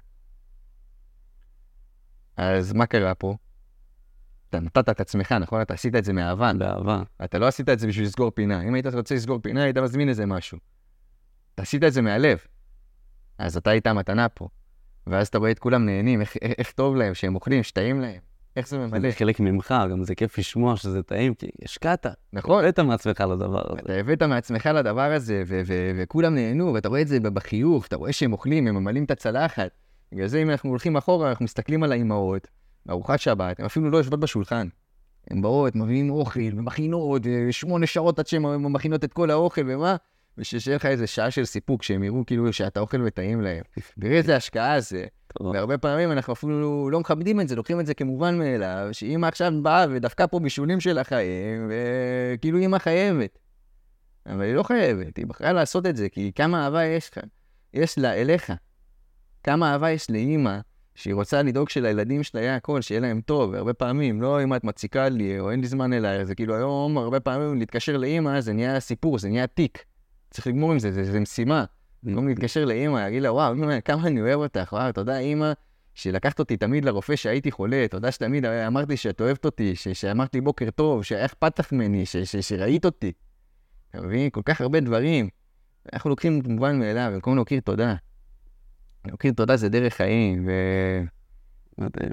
B: אז מה קרה פה? אתה נתת את עצמך, נכון? אתה עשית את זה מאהבה.
A: באהבה.
B: אתה לא עשית את זה בשביל לסגור פינה. אם היית רוצה לסגור פינה, היית מזמין איזה משהו. אתה עשית את זה מהלב. אז אתה היית המתנה פה. ואז אתה רואה את כולם נהנים, איך, איך טוב להם, שהם אוכלים, שטעים להם. איך זה ממלא.
A: זה חלק ממך, גם זה כיף לשמוע שזה טעים, כי השקעת.
B: נכון.
A: הבאת מעצמך לדבר הזה.
B: אתה הבאת מעצמך לדבר הזה, ו- ו- וכולם נהנו, ואתה רואה את זה בחיוך, אתה רואה שהם אוכלים, הם ממלאים את הצלחת. בגלל זה אם אנחנו הולכים אחורה, אנחנו מסתכלים על האימהות, ארוחת שבת, הם אפילו לא יושבות בשולחן. הם באות, מביאים אוכל, ומכינות, שמונה שעות עד שהן מכינות את כל האוכל, ומה? ושיהיה לך איזה שעה של סיפוק, שהם יראו כאילו שאתה אוכל וטעים להם. תראה איזה השקעה זה. והרבה פעמים אנחנו אפילו לא מכבדים את זה, לוקחים את זה כמובן מאליו, שאמא עכשיו באה ודווקא פה בישולים של החיים, וכאילו אמא חייבת. אבל היא לא חייבת, היא בחרה לעשות את זה, כי כמה אהבה יש כאן, יש לה אליך. כמה אהבה יש לאמא, שהיא רוצה לדאוג שלילדים שלה יהיה הכל, שיהיה להם טוב, והרבה פעמים, לא אמא את מציקה לי, או אין לי זמן אליי, זה כאילו היום, הרבה פעמים להתקשר לאמא, זה נהיה סיפור, זה נהיה תיק. צריך לגמור עם זה, זה, זה משימה. במקום להתקשר לאמא, להגיד לה, וואו, אמא, כמה אני אוהב אותך, וואו, תודה, אמא, שלקחת אותי תמיד לרופא שהייתי חולה, תודה שתמיד אמרתי שאת אוהבת אותי, ש- שאמרת לי בוקר טוב, שהיה אכפת לך ממני, ש- ש- שראית אותי. אתה מבין? כל כך הרבה דברים. אנחנו לוקחים כמובן מאליו, במקום להוקיר תודה. להוקיר תודה זה דרך חיים, ו...
A: מדהים.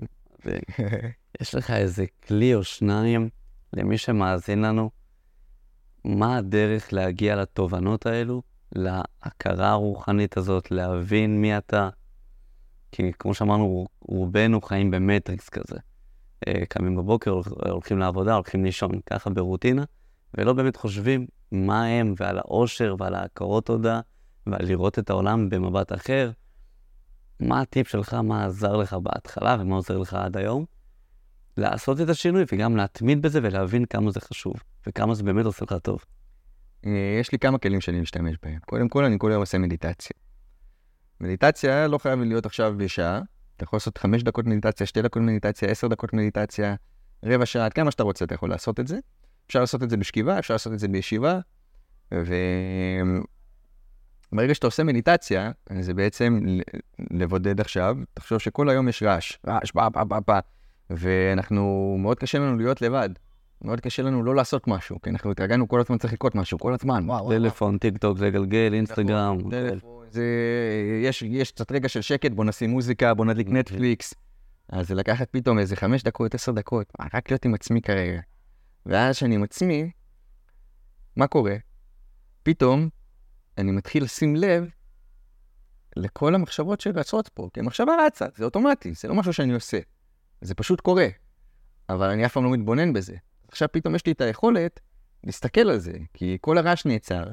A: יש לך איזה כלי או שניים למי שמאזין לנו, מה הדרך להגיע לתובנות האלו, להכרה הרוחנית הזאת, להבין מי אתה? כי כמו שאמרנו, רובנו חיים במטריקס כזה. קמים בבוקר, הולכים לעבודה, הולכים לישון, ככה ברוטינה, ולא באמת חושבים מה הם, ועל האושר ועל ההכרות תודה, ועל לראות את העולם במבט אחר. מה הטיפ שלך, מה עזר לך בהתחלה ומה עוזר לך עד היום? לעשות את השינוי וגם להתמיד בזה ולהבין כמה זה חשוב, וכמה זה באמת עושה לך טוב.
B: יש לי כמה כלים שאני משתמש בהם. קודם כל, אני כל היום עושה מדיטציה. מדיטציה לא חייב להיות עכשיו בשעה. אתה יכול לעשות חמש דקות מדיטציה, שתי דקות מדיטציה, עשר דקות מדיטציה, רבע שעה, כמה שאתה רוצה, אתה יכול לעשות את זה. אפשר לעשות את זה בשכיבה, אפשר לעשות את זה בישיבה, וברגע שאתה עושה מדיטציה, זה בעצם לבודד עכשיו. תחשוב שכל היום יש רעש, רעש, בא, בא, בא, בא, ואנחנו, מאוד קשה לנו להיות לבד. מאוד קשה לנו לא לעשות משהו, כי אנחנו התרגלנו כל הזמן צריך לקרות משהו, כל הזמן, וואו,
A: טלפון, טיק טוק, זה גלגל, אינסטגרם.
B: טלפון, זה, יש, יש קצת רגע של שקט, בוא נשים מוזיקה, בוא נדליק נטפליקס, אז זה לקחת פתאום איזה חמש דקות, עשר דקות, רק להיות עם עצמי כרגע. ואז שאני עם עצמי, מה קורה? פתאום אני מתחיל לשים לב לכל המחשבות שרצות פה, כי המחשבה רצה, זה אוטומטי, זה לא משהו שאני עושה. זה פשוט קורה, אבל אני אף פעם לא מתבונן בזה. עכשיו פתאום יש לי את היכולת להסתכל על זה, כי כל הרעש נעצר,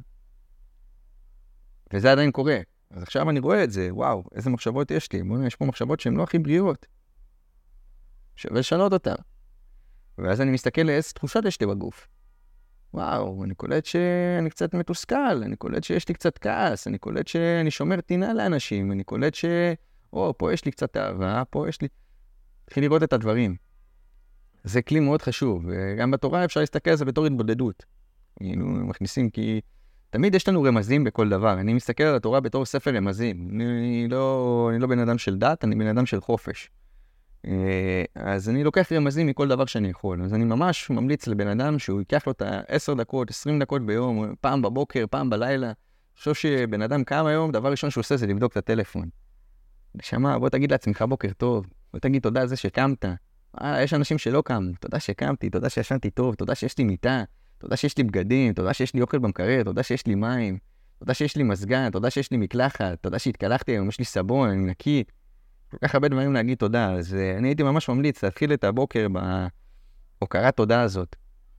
B: וזה עדיין קורה. אז עכשיו אני רואה את זה, וואו, איזה מחשבות יש לי. בוא'נה, יש פה מחשבות שהן לא הכי בריאות. שווה לשנות אותן. ואז אני מסתכל לאיזה תחושות יש לי בגוף. וואו, אני קולט שאני קצת מתוסכל, אני קולט שיש לי קצת כעס, אני קולט שאני שומר טינה לאנשים, אני קולט ש... או, פה יש לי קצת אהבה, פה יש לי... תתחיל לראות את הדברים. זה כלי מאוד חשוב, וגם בתורה אפשר להסתכל על זה בתור התבודדות. כאילו, מכניסים כי... תמיד יש לנו רמזים בכל דבר. אני מסתכל על התורה בתור ספר רמזים. אני לא, אני לא בן אדם של דת, אני בן אדם של חופש. אז אני לוקח רמזים מכל דבר שאני יכול. אז אני ממש ממליץ לבן אדם שהוא ייקח לו את ה-עשר דקות, עשרים דקות ביום, פעם בבוקר, פעם בלילה. אני חושב שבן אדם קם היום, דבר ראשון שהוא עושה זה לבדוק את הטלפון. נשמה, בוא תגיד לעצמך בוקר טוב. בוא תגיד תודה על זה שקמת. אה, יש אנשים שלא קמו. תודה שקמתי, תודה שישנתי טוב, תודה שיש לי מיטה. תודה שיש לי בגדים, תודה שיש לי אוכל במקרר, תודה שיש לי מים, תודה שיש לי מזגן, תודה שיש לי מקלחת, תודה שהתקלחתי היום, יש לי סבון, אני נקי. כל כך הרבה דברים להגיד תודה, אז uh, אני הייתי ממש ממליץ להתחיל את הבוקר בהוקרת תודה הזאת,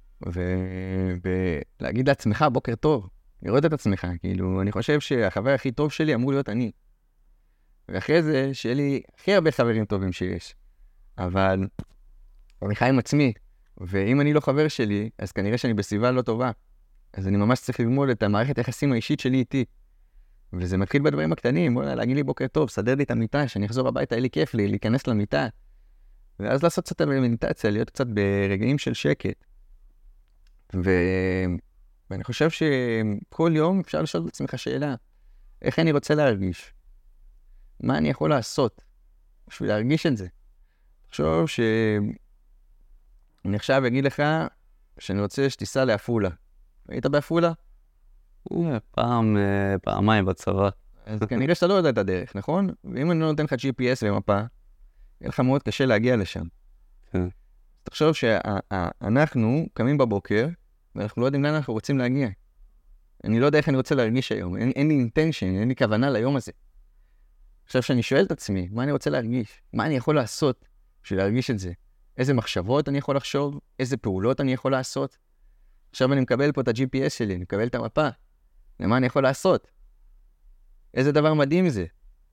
B: ולהגיד לעצמך בוקר טוב, לראות את עצמך, כאילו, אני חושב שהחבר הכי טוב שלי אמור להיות אני. ואחרי זה, שיהיה לי הכי הרבה חברים טובים שיש, אבל אני חי עם עצמי. ואם אני לא חבר שלי, אז כנראה שאני בסביבה לא טובה. אז אני ממש צריך ללמוד את המערכת היחסים האישית שלי איתי. וזה מתחיל בדברים הקטנים, בוא להגיד לי בוקר טוב, סדר לי את המיטה, שאני אחזור הביתה, יהיה לי כיף לי, להיכנס למיטה. ואז לעשות קצת מדיטציה, להיות קצת ברגעים של שקט. ו... ואני חושב שכל יום אפשר לשאול את עצמך שאלה, איך אני רוצה להרגיש? מה אני יכול לעשות בשביל להרגיש את זה? תחשוב ש... אני עכשיו אגיד לך שאני רוצה שתיסע לאפולה. היית באפולה?
A: פעם, פעמיים בצבא.
B: אז כנראה שאתה לא יודע את הדרך, נכון? ואם אני לא נותן לך ג'י פי אס ומפה, יהיה לך מאוד קשה להגיע לשם.
A: כן.
B: תחשוב שאנחנו קמים בבוקר, ואנחנו לא יודעים לאן אנחנו רוצים להגיע. אני לא יודע איך אני רוצה להרגיש היום. אין, אין לי אינטנשן, אין לי כוונה ליום הזה. עכשיו שאני שואל את עצמי, מה אני רוצה להרגיש? מה אני יכול לעשות בשביל להרגיש את זה? איזה מחשבות אני יכול לחשוב, איזה פעולות אני יכול לעשות. עכשיו אני מקבל פה את ה-ג'י פי אס שלי, אני מקבל את המפה. למה אני יכול לעשות? איזה דבר מדהים זה.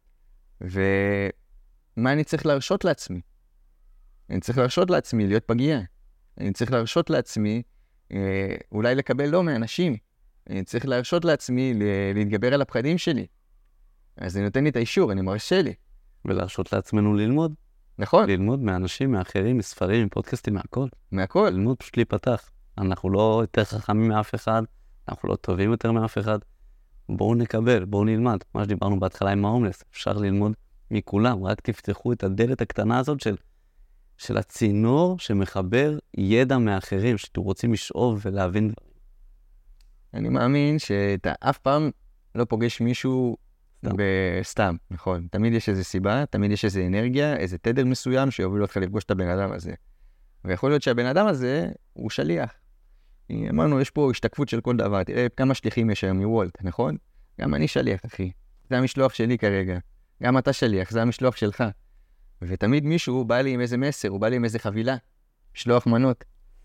B: ומה אני צריך להרשות לעצמי? אני צריך להרשות לעצמי להיות פגיע. אני צריך להרשות לעצמי אה, אולי לקבל לא מאנשים. אני צריך להרשות לעצמי להתגבר על הפחדים שלי. אז זה נותן לי את האישור, אני מרשה לי.
A: ולהרשות לעצמנו ללמוד.
B: נכון.
A: ללמוד מאנשים, מאחרים, מספרים, מפודקאסטים, מהכל.
B: מהכל.
A: ללמוד פשוט להיפתח. אנחנו לא יותר חכמים מאף אחד, אנחנו לא טובים יותר מאף אחד. בואו נקבל, בואו נלמד. מה שדיברנו בהתחלה עם ההומלס, אפשר ללמוד מכולם. רק תפתחו את הדלת הקטנה הזאת של, של הצינור שמחבר ידע מאחרים, שאתם רוצים לשאוב ולהבין.
B: אני מאמין שאתה אף פעם לא פוגש מישהו בסתם, נכון. תמיד יש איזו סיבה, תמיד יש איזו אנרגיה, איזה תדר מסוים שיוביל אותך לפגוש את הבן אדם הזה. ויכול להיות שהבן אדם הזה הוא שליח. אמרנו, יש פה השתקפות של כל דבר. תראה כמה שליחים יש היום מוולט, נכון? גם אני שליח, אחי. זה המשלוח שלי כרגע. גם אתה שליח, זה המשלוח שלך. ותמיד מישהו בא לי עם איזה מסר, הוא בא לי עם איזה חבילה. משלוח מנות.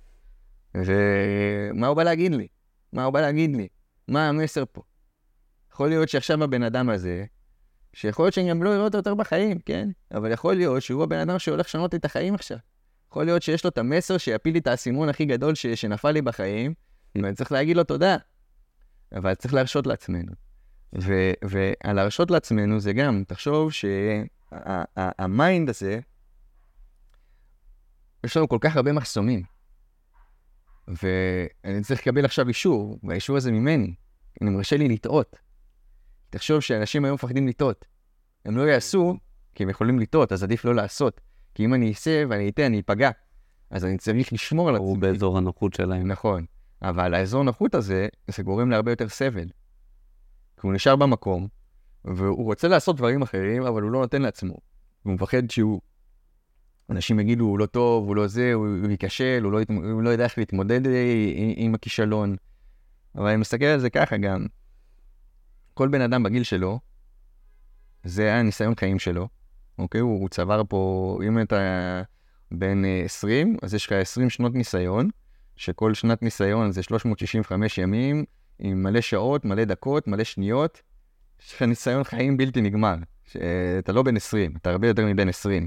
B: ומה הוא בא להגיד לי? מה הוא בא להגיד לי? מה המסר פה? יכול להיות שעכשיו הבן אדם הזה, שיכול להיות שאני גם לא אראה אותו יותר בחיים, כן? אבל יכול להיות שהוא הבן אדם שהולך לשנות את החיים עכשיו. יכול להיות שיש לו את המסר שיפיל לי את האסימון הכי גדול ש... שנפל לי בחיים, ואני צריך להגיד לו תודה. אבל צריך להרשות לעצמנו. ו... ועל להרשות לעצמנו זה גם, תחשוב שהמיינד הזה, יש לנו כל כך הרבה מחסומים. ואני צריך לקבל עכשיו אישור, והאישור הזה ממני. אני מרשה לי לטעות. תחשוב שאנשים היום מפחדים לטעות. הם לא יעשו, כי הם יכולים לטעות, אז עדיף לא לעשות. כי אם אני אעשה ואני אתן, אני אפגע. אז אני צריך לשמור על עצמי.
A: הוא באזור הנוחות שלהם.
B: נכון. אבל האזור הנוחות הזה, זה גורם להרבה יותר סבל. כי הוא נשאר במקום, והוא רוצה לעשות דברים אחרים, אבל הוא לא נותן לעצמו. הוא מפחד שהוא אנשים יגידו, הוא לא טוב, הוא לא זה, הוא ייכשל, הוא לא, הוא לא יודע איך להתמודד עם הכישלון. אבל אני מסתכל על זה ככה גם. כל בן אדם בגיל שלו, זה הניסיון חיים שלו. אוקיי? הוא, הוא צבר פה, אם אתה בן עשרים, אז יש לך עשרים שנות ניסיון, שכל שנת ניסיון זה שלוש מאות שישים וחמש ימים, עם מלא שעות, מלא דקות, מלא שניות. יש לך ניסיון חיים בלתי נגמר. שאתה לא בן עשרים, אתה הרבה יותר מבן עשרים.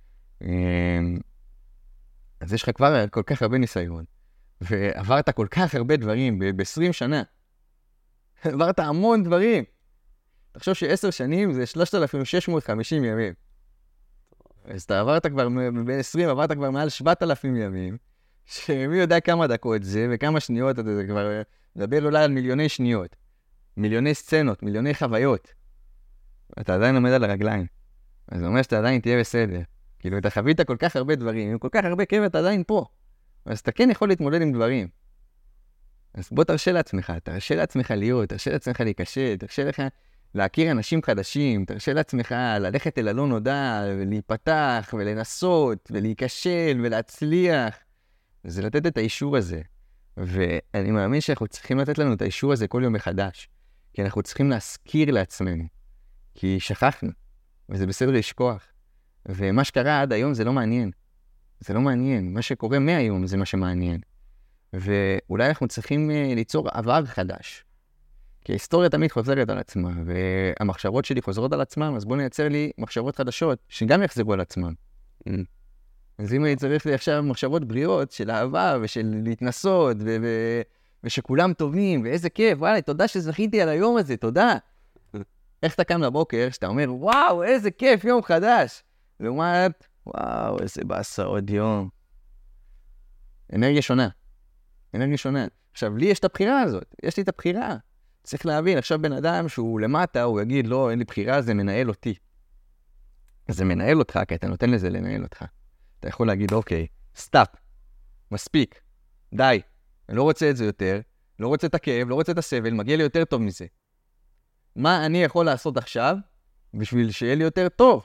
B: אז יש לך כבר כל כך הרבה ניסיון, ועברת כל כך הרבה דברים ב-עשרים שנה. עברת המון דברים. תחשוב שעשר שנים זה שלושת אלפים שש מאות וחמישים ימים. אז אתה עברת כבר, בין עשרים עברת כבר מעל שבעת אלפים ימים, שמי יודע כמה דקות זה, וכמה שניות, אתה כבר מדבר אולי על מיליוני שניות, מיליוני סצנות, מיליוני חוויות. אתה עדיין עומד על הרגליים. אז זה אומר שאתה עדיין תהיה בסדר. כאילו, אתה חווית כל כך הרבה דברים, עם כל כך הרבה כאב, אתה עדיין פה. אז אתה כן יכול להתמודד עם דברים. אז בוא תרשה לעצמך, תרשה לעצמך להיות, תרשה לעצמך להיקשל, תרשה לך להכיר אנשים חדשים, תרשה לעצמך ללכת אל הלא נודע, ולהיפתח, ולנסות, ולהיקשל, ולהצליח. זה לתת את האישור הזה. ואני מאמין שאנחנו צריכים לתת לנו את האישור הזה כל יום מחדש. כי אנחנו צריכים להזכיר לעצמנו. כי שכחנו, וזה בסדר לשכוח. ומה שקרה עד היום זה לא מעניין. זה לא מעניין. מה שקורה מהיום זה מה שמעניין. ואולי אנחנו צריכים ליצור עבר חדש. כי ההיסטוריה תמיד חוזרת על עצמה, והמחשבות שלי חוזרות על עצמם, אז בוא נייצר לי מחשבות חדשות, שגם יחזרו על עצמם. אז אם אני צריך לי עכשיו מחשבות בריאות של אהבה ושל להתנסות, ו- ו- ושכולם טובים, ואיזה כיף, וואלה, תודה שזכיתי על היום הזה, תודה. איך אתה קם לבוקר, שאתה אומר, וואו, איזה כיף, יום חדש. לעומת, וואו, איזה באסה, עוד יום. אנרגיה שונה. אנרגיה שונה. עכשיו, לי יש את הבחירה הזאת, יש לי את הבחירה. צריך להבין, עכשיו בן אדם שהוא למטה, הוא יגיד, לא, אין לי בחירה, זה מנהל אותי. אז זה מנהל אותך, כי אתה נותן לזה לנהל אותך. אתה יכול להגיד, אוקיי, סטאפ, מספיק, די, אני לא רוצה את זה יותר, לא רוצה את הכאב, לא רוצה את הסבל, מגיע לי יותר טוב מזה. מה אני יכול לעשות עכשיו בשביל שיהיה לי יותר טוב?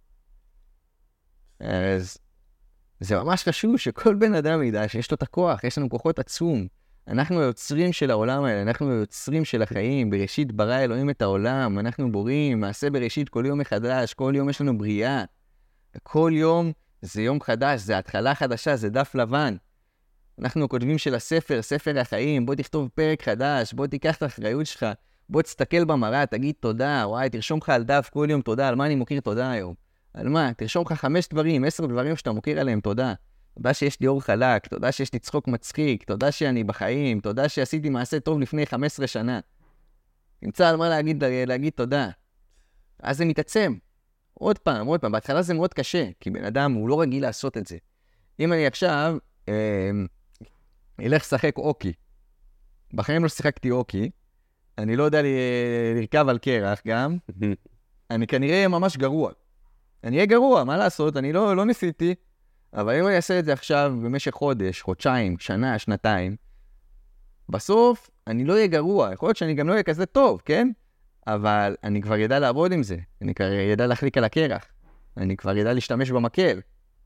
B: אז זה ממש חשוב שכל בן אדם ידע שיש לו את הכוח, יש לנו כוחות עצום. אנחנו היוצרים של העולם האלה, אנחנו היוצרים של החיים, בראשית ברא אלוהים את העולם, אנחנו בורים, מעשה בראשית כל יום מחדש, כל יום יש לנו בריאה. כל יום זה יום חדש, זה התחלה חדשה, זה דף לבן. אנחנו כותבים של הספר, ספר החיים, בוא תכתוב פרק חדש, בוא תיקח את האחריות שלך, בוא תסתכל במראה, תגיד תודה, וואי, תרשום לך על דף כל יום תודה, על מה אני מוקיר תודה היום? על מה? תרשום לך חמש דברים, עשר דברים שאתה מוקיר עליהם תודה. תודה שיש לי אור חלק, תודה שיש לי צחוק מצחיק, תודה שאני בחיים, תודה שעשיתי מעשה טוב לפני חמש עשרה שנה. נמצא על מה להגיד, להגיד תודה. אז זה מתעצם. עוד פעם, עוד פעם, בהתחלה זה מאוד קשה, כי בן אדם הוא לא רגיל לעשות את זה. אם אני עכשיו אה, אלך לשחק אוקי, בחיים לא שיחקתי אוקי, אני לא יודע לרכב על קרח גם, אני כנראה אהיה ממש גרוע. אני אהיה גרוע, מה לעשות? אני לא, לא ניסיתי, אבל אם אני אעשה את זה עכשיו במשך חודש, חודשיים, שנה, שנתיים, בסוף אני לא אהיה גרוע, יכול להיות שאני גם לא אהיה כזה טוב, כן? אבל אני כבר ידע לעבוד עם זה, אני כבר ידע להחליק על הקרח, אני כבר ידע להשתמש במקל.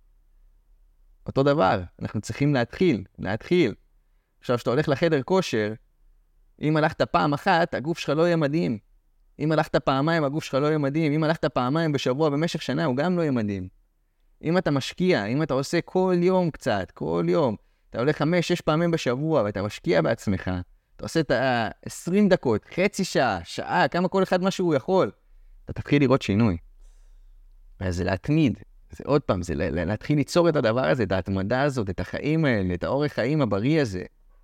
B: אותו דבר, אנחנו צריכים להתחיל, להתחיל. עכשיו, שאתה הולך לחדר כושר, אם הלכת פעם אחת, הגוף שלך לא יהיה מדהים. אם הלכת פעמיים, הגוף שלך לא יהיה מדהים. אם הלכת פעמיים בשבוע במשך שנה, הוא גם לא יהיה מדהים. אם אתה משקיע, אם אתה עושה כל יום קצת, כל יום, אתה הולך חמש, שש פעמים בשבוע, ואתה משקיע בעצמך, אתה עושה את ה-עשרים דקות, חצי שעה, שעה, כמה כל אחד מה שהוא יכול, אתה תתחיל לראות שינוי. אז זה להתמיד, זה עוד פעם, זה להתחיל ליצור את הדבר הזה, את ההתמדה הזאת, את החיים האלה, את האורך חיים הבריא הזה.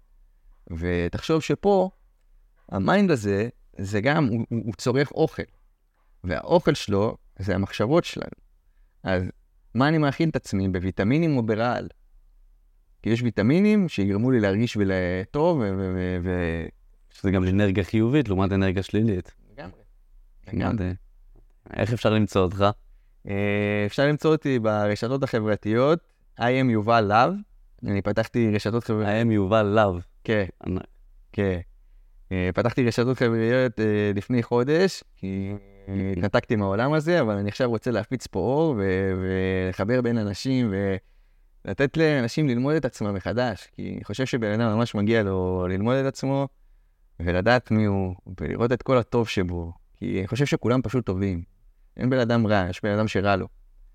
B: ותחשוב שפה, המיינד הזה, זה גם, הוא, הוא צורך אוכל. והאוכל שלו, זה המחשבות שלנו. אז מה אני מאכיל את עצמי, בוויטמינים או ברעל? כי יש ויטמינים שיגרמו לי להרגיש טוב, ו... ו... ו...
A: שזה גם אנרגיה חיובית, לעומת אנרגיה שלילית.
B: לגמרי.
A: לגמרי. איך אפשר למצוא אותך?
B: אפשר למצוא אותי ברשתות החברתיות, I am יובל לאב. אני פתחתי רשתות חברתיות.
A: I am יובל לאב.
B: כן. כן. פתחתי רשתות חברתיות לפני חודש, כי התנתקתי מהעולם הזה, אבל אני עכשיו רוצה להפיץ פה אור ו- ולחבר בין אנשים ולתת לאנשים ללמוד את עצמם מחדש, כי אני חושב שבן אדם ממש מגיע לו ללמוד את עצמו ולדעת מי הוא, ולראות את כל הטוב שבו, כי אני חושב שכולם פשוט טובים. אין בן אדם רע, יש בן אדם שרע לו.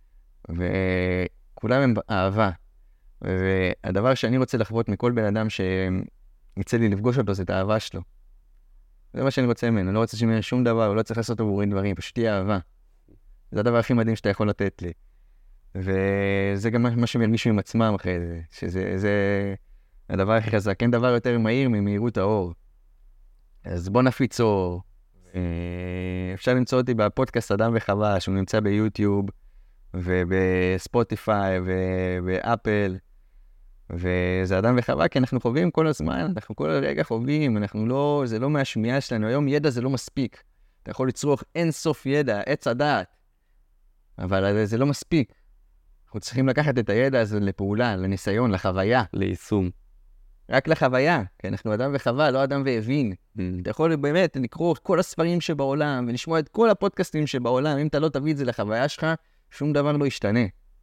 B: וכולם הם אהבה. והדבר שאני רוצה לחוות מכל בן אדם שיצא לי לפגוש אותו, זה את האהבה שלו. זה מה שאני רוצה ממנו, אני לא רוצה שמי שום דבר, הוא לא צריך לעשות עבורי דברים, פשוט תהיה אהבה. זה הדבר הכי מדהים שאתה יכול לתת לי. וזה גם מה שהם ירגישו עם עצמם אחרי זה, שזה זה הדבר הכי חזק. אין דבר יותר מהיר ממהירות האור. אז בוא נפיץ אור. אפשר למצוא אותי בפודקאסט אדם וחווה, שהוא נמצא ביוטיוב, ובספוטיפיי, ובאפל. וזה אדם וחווה, כי אנחנו חווים כל הזמן, אנחנו כל הרגע חווים, אנחנו לא, זה לא מהשמיעה שלנו, היום ידע זה לא מספיק. אתה יכול לצרוך אין סוף ידע, עץ הדעת, אבל זה לא מספיק. אנחנו צריכים לקחת את הידע הזה לפעולה, לניסיון, לחוויה.
A: ליישום.
B: רק לחוויה, כי אנחנו אדם וחווה, לא אדם והבין. Mm. אתה יכול באמת לקרוא את כל הספרים שבעולם, ולשמוע את כל הפודקאסטים שבעולם, אם אתה לא תביא את זה לחוויה שלך, שום דבר לא ישתנה.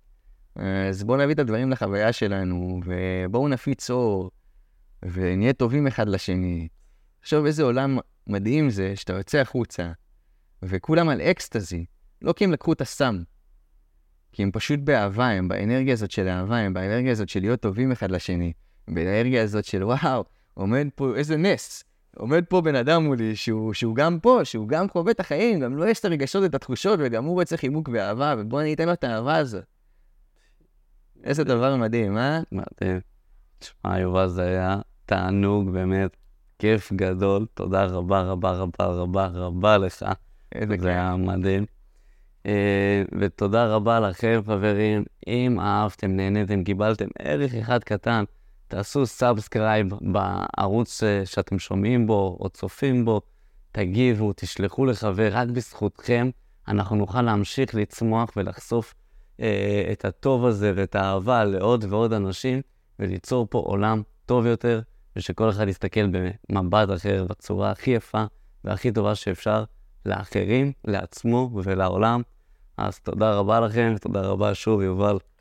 B: אז בואו נביא את הדברים לחוויה שלנו, ובואו נפיץ אור, ונהיה טובים אחד לשני. עכשיו איזה עולם מדהים זה, שאתה יוצא החוצה, וכולם על אקסטזי, לא כי הם לקחו את הסם, כי הם פשוט באהבה, הם באנרגיה הזאת של אהבה, הם באנרגיה הזאת של להיות טובים אחד לשני, באנרגיה הזאת של וואו, עומד פה איזה נס, עומד פה בן אדם מולי, שהוא, שהוא גם פה, שהוא גם חווה את החיים, גם לא יש את הרגשות, את התחושות, וגם הוא רוצה חיבוק ואהבה, ובואו אני אתן לו את האהבה הזאת. איזה דבר מדהים, אה?
A: מדהים. תשמע, יובל, זה היה תענוג, באמת, כיף גדול. תודה רבה, רבה, רבה, רבה, רבה לך.
B: איזה כיף.
A: זה היה מדהים. ותודה רבה לכם, חברים. אם אהבתם, נהניתם, קיבלתם ערך אחד קטן, תעשו סאבסקרייב בערוץ שאתם שומעים בו או צופים בו, תגיבו, תשלחו לחבר, רק בזכותכם אנחנו נוכל להמשיך לצמוח ולחשוף את הטוב הזה ואת האהבה לעוד ועוד אנשים, וליצור פה עולם טוב יותר, ושכל אחד יסתכל במבט אחר, בצורה הכי יפה והכי טובה שאפשר, לאחרים, לעצמו ולעולם. אז תודה רבה לכם, ותודה רבה שוב, יובל.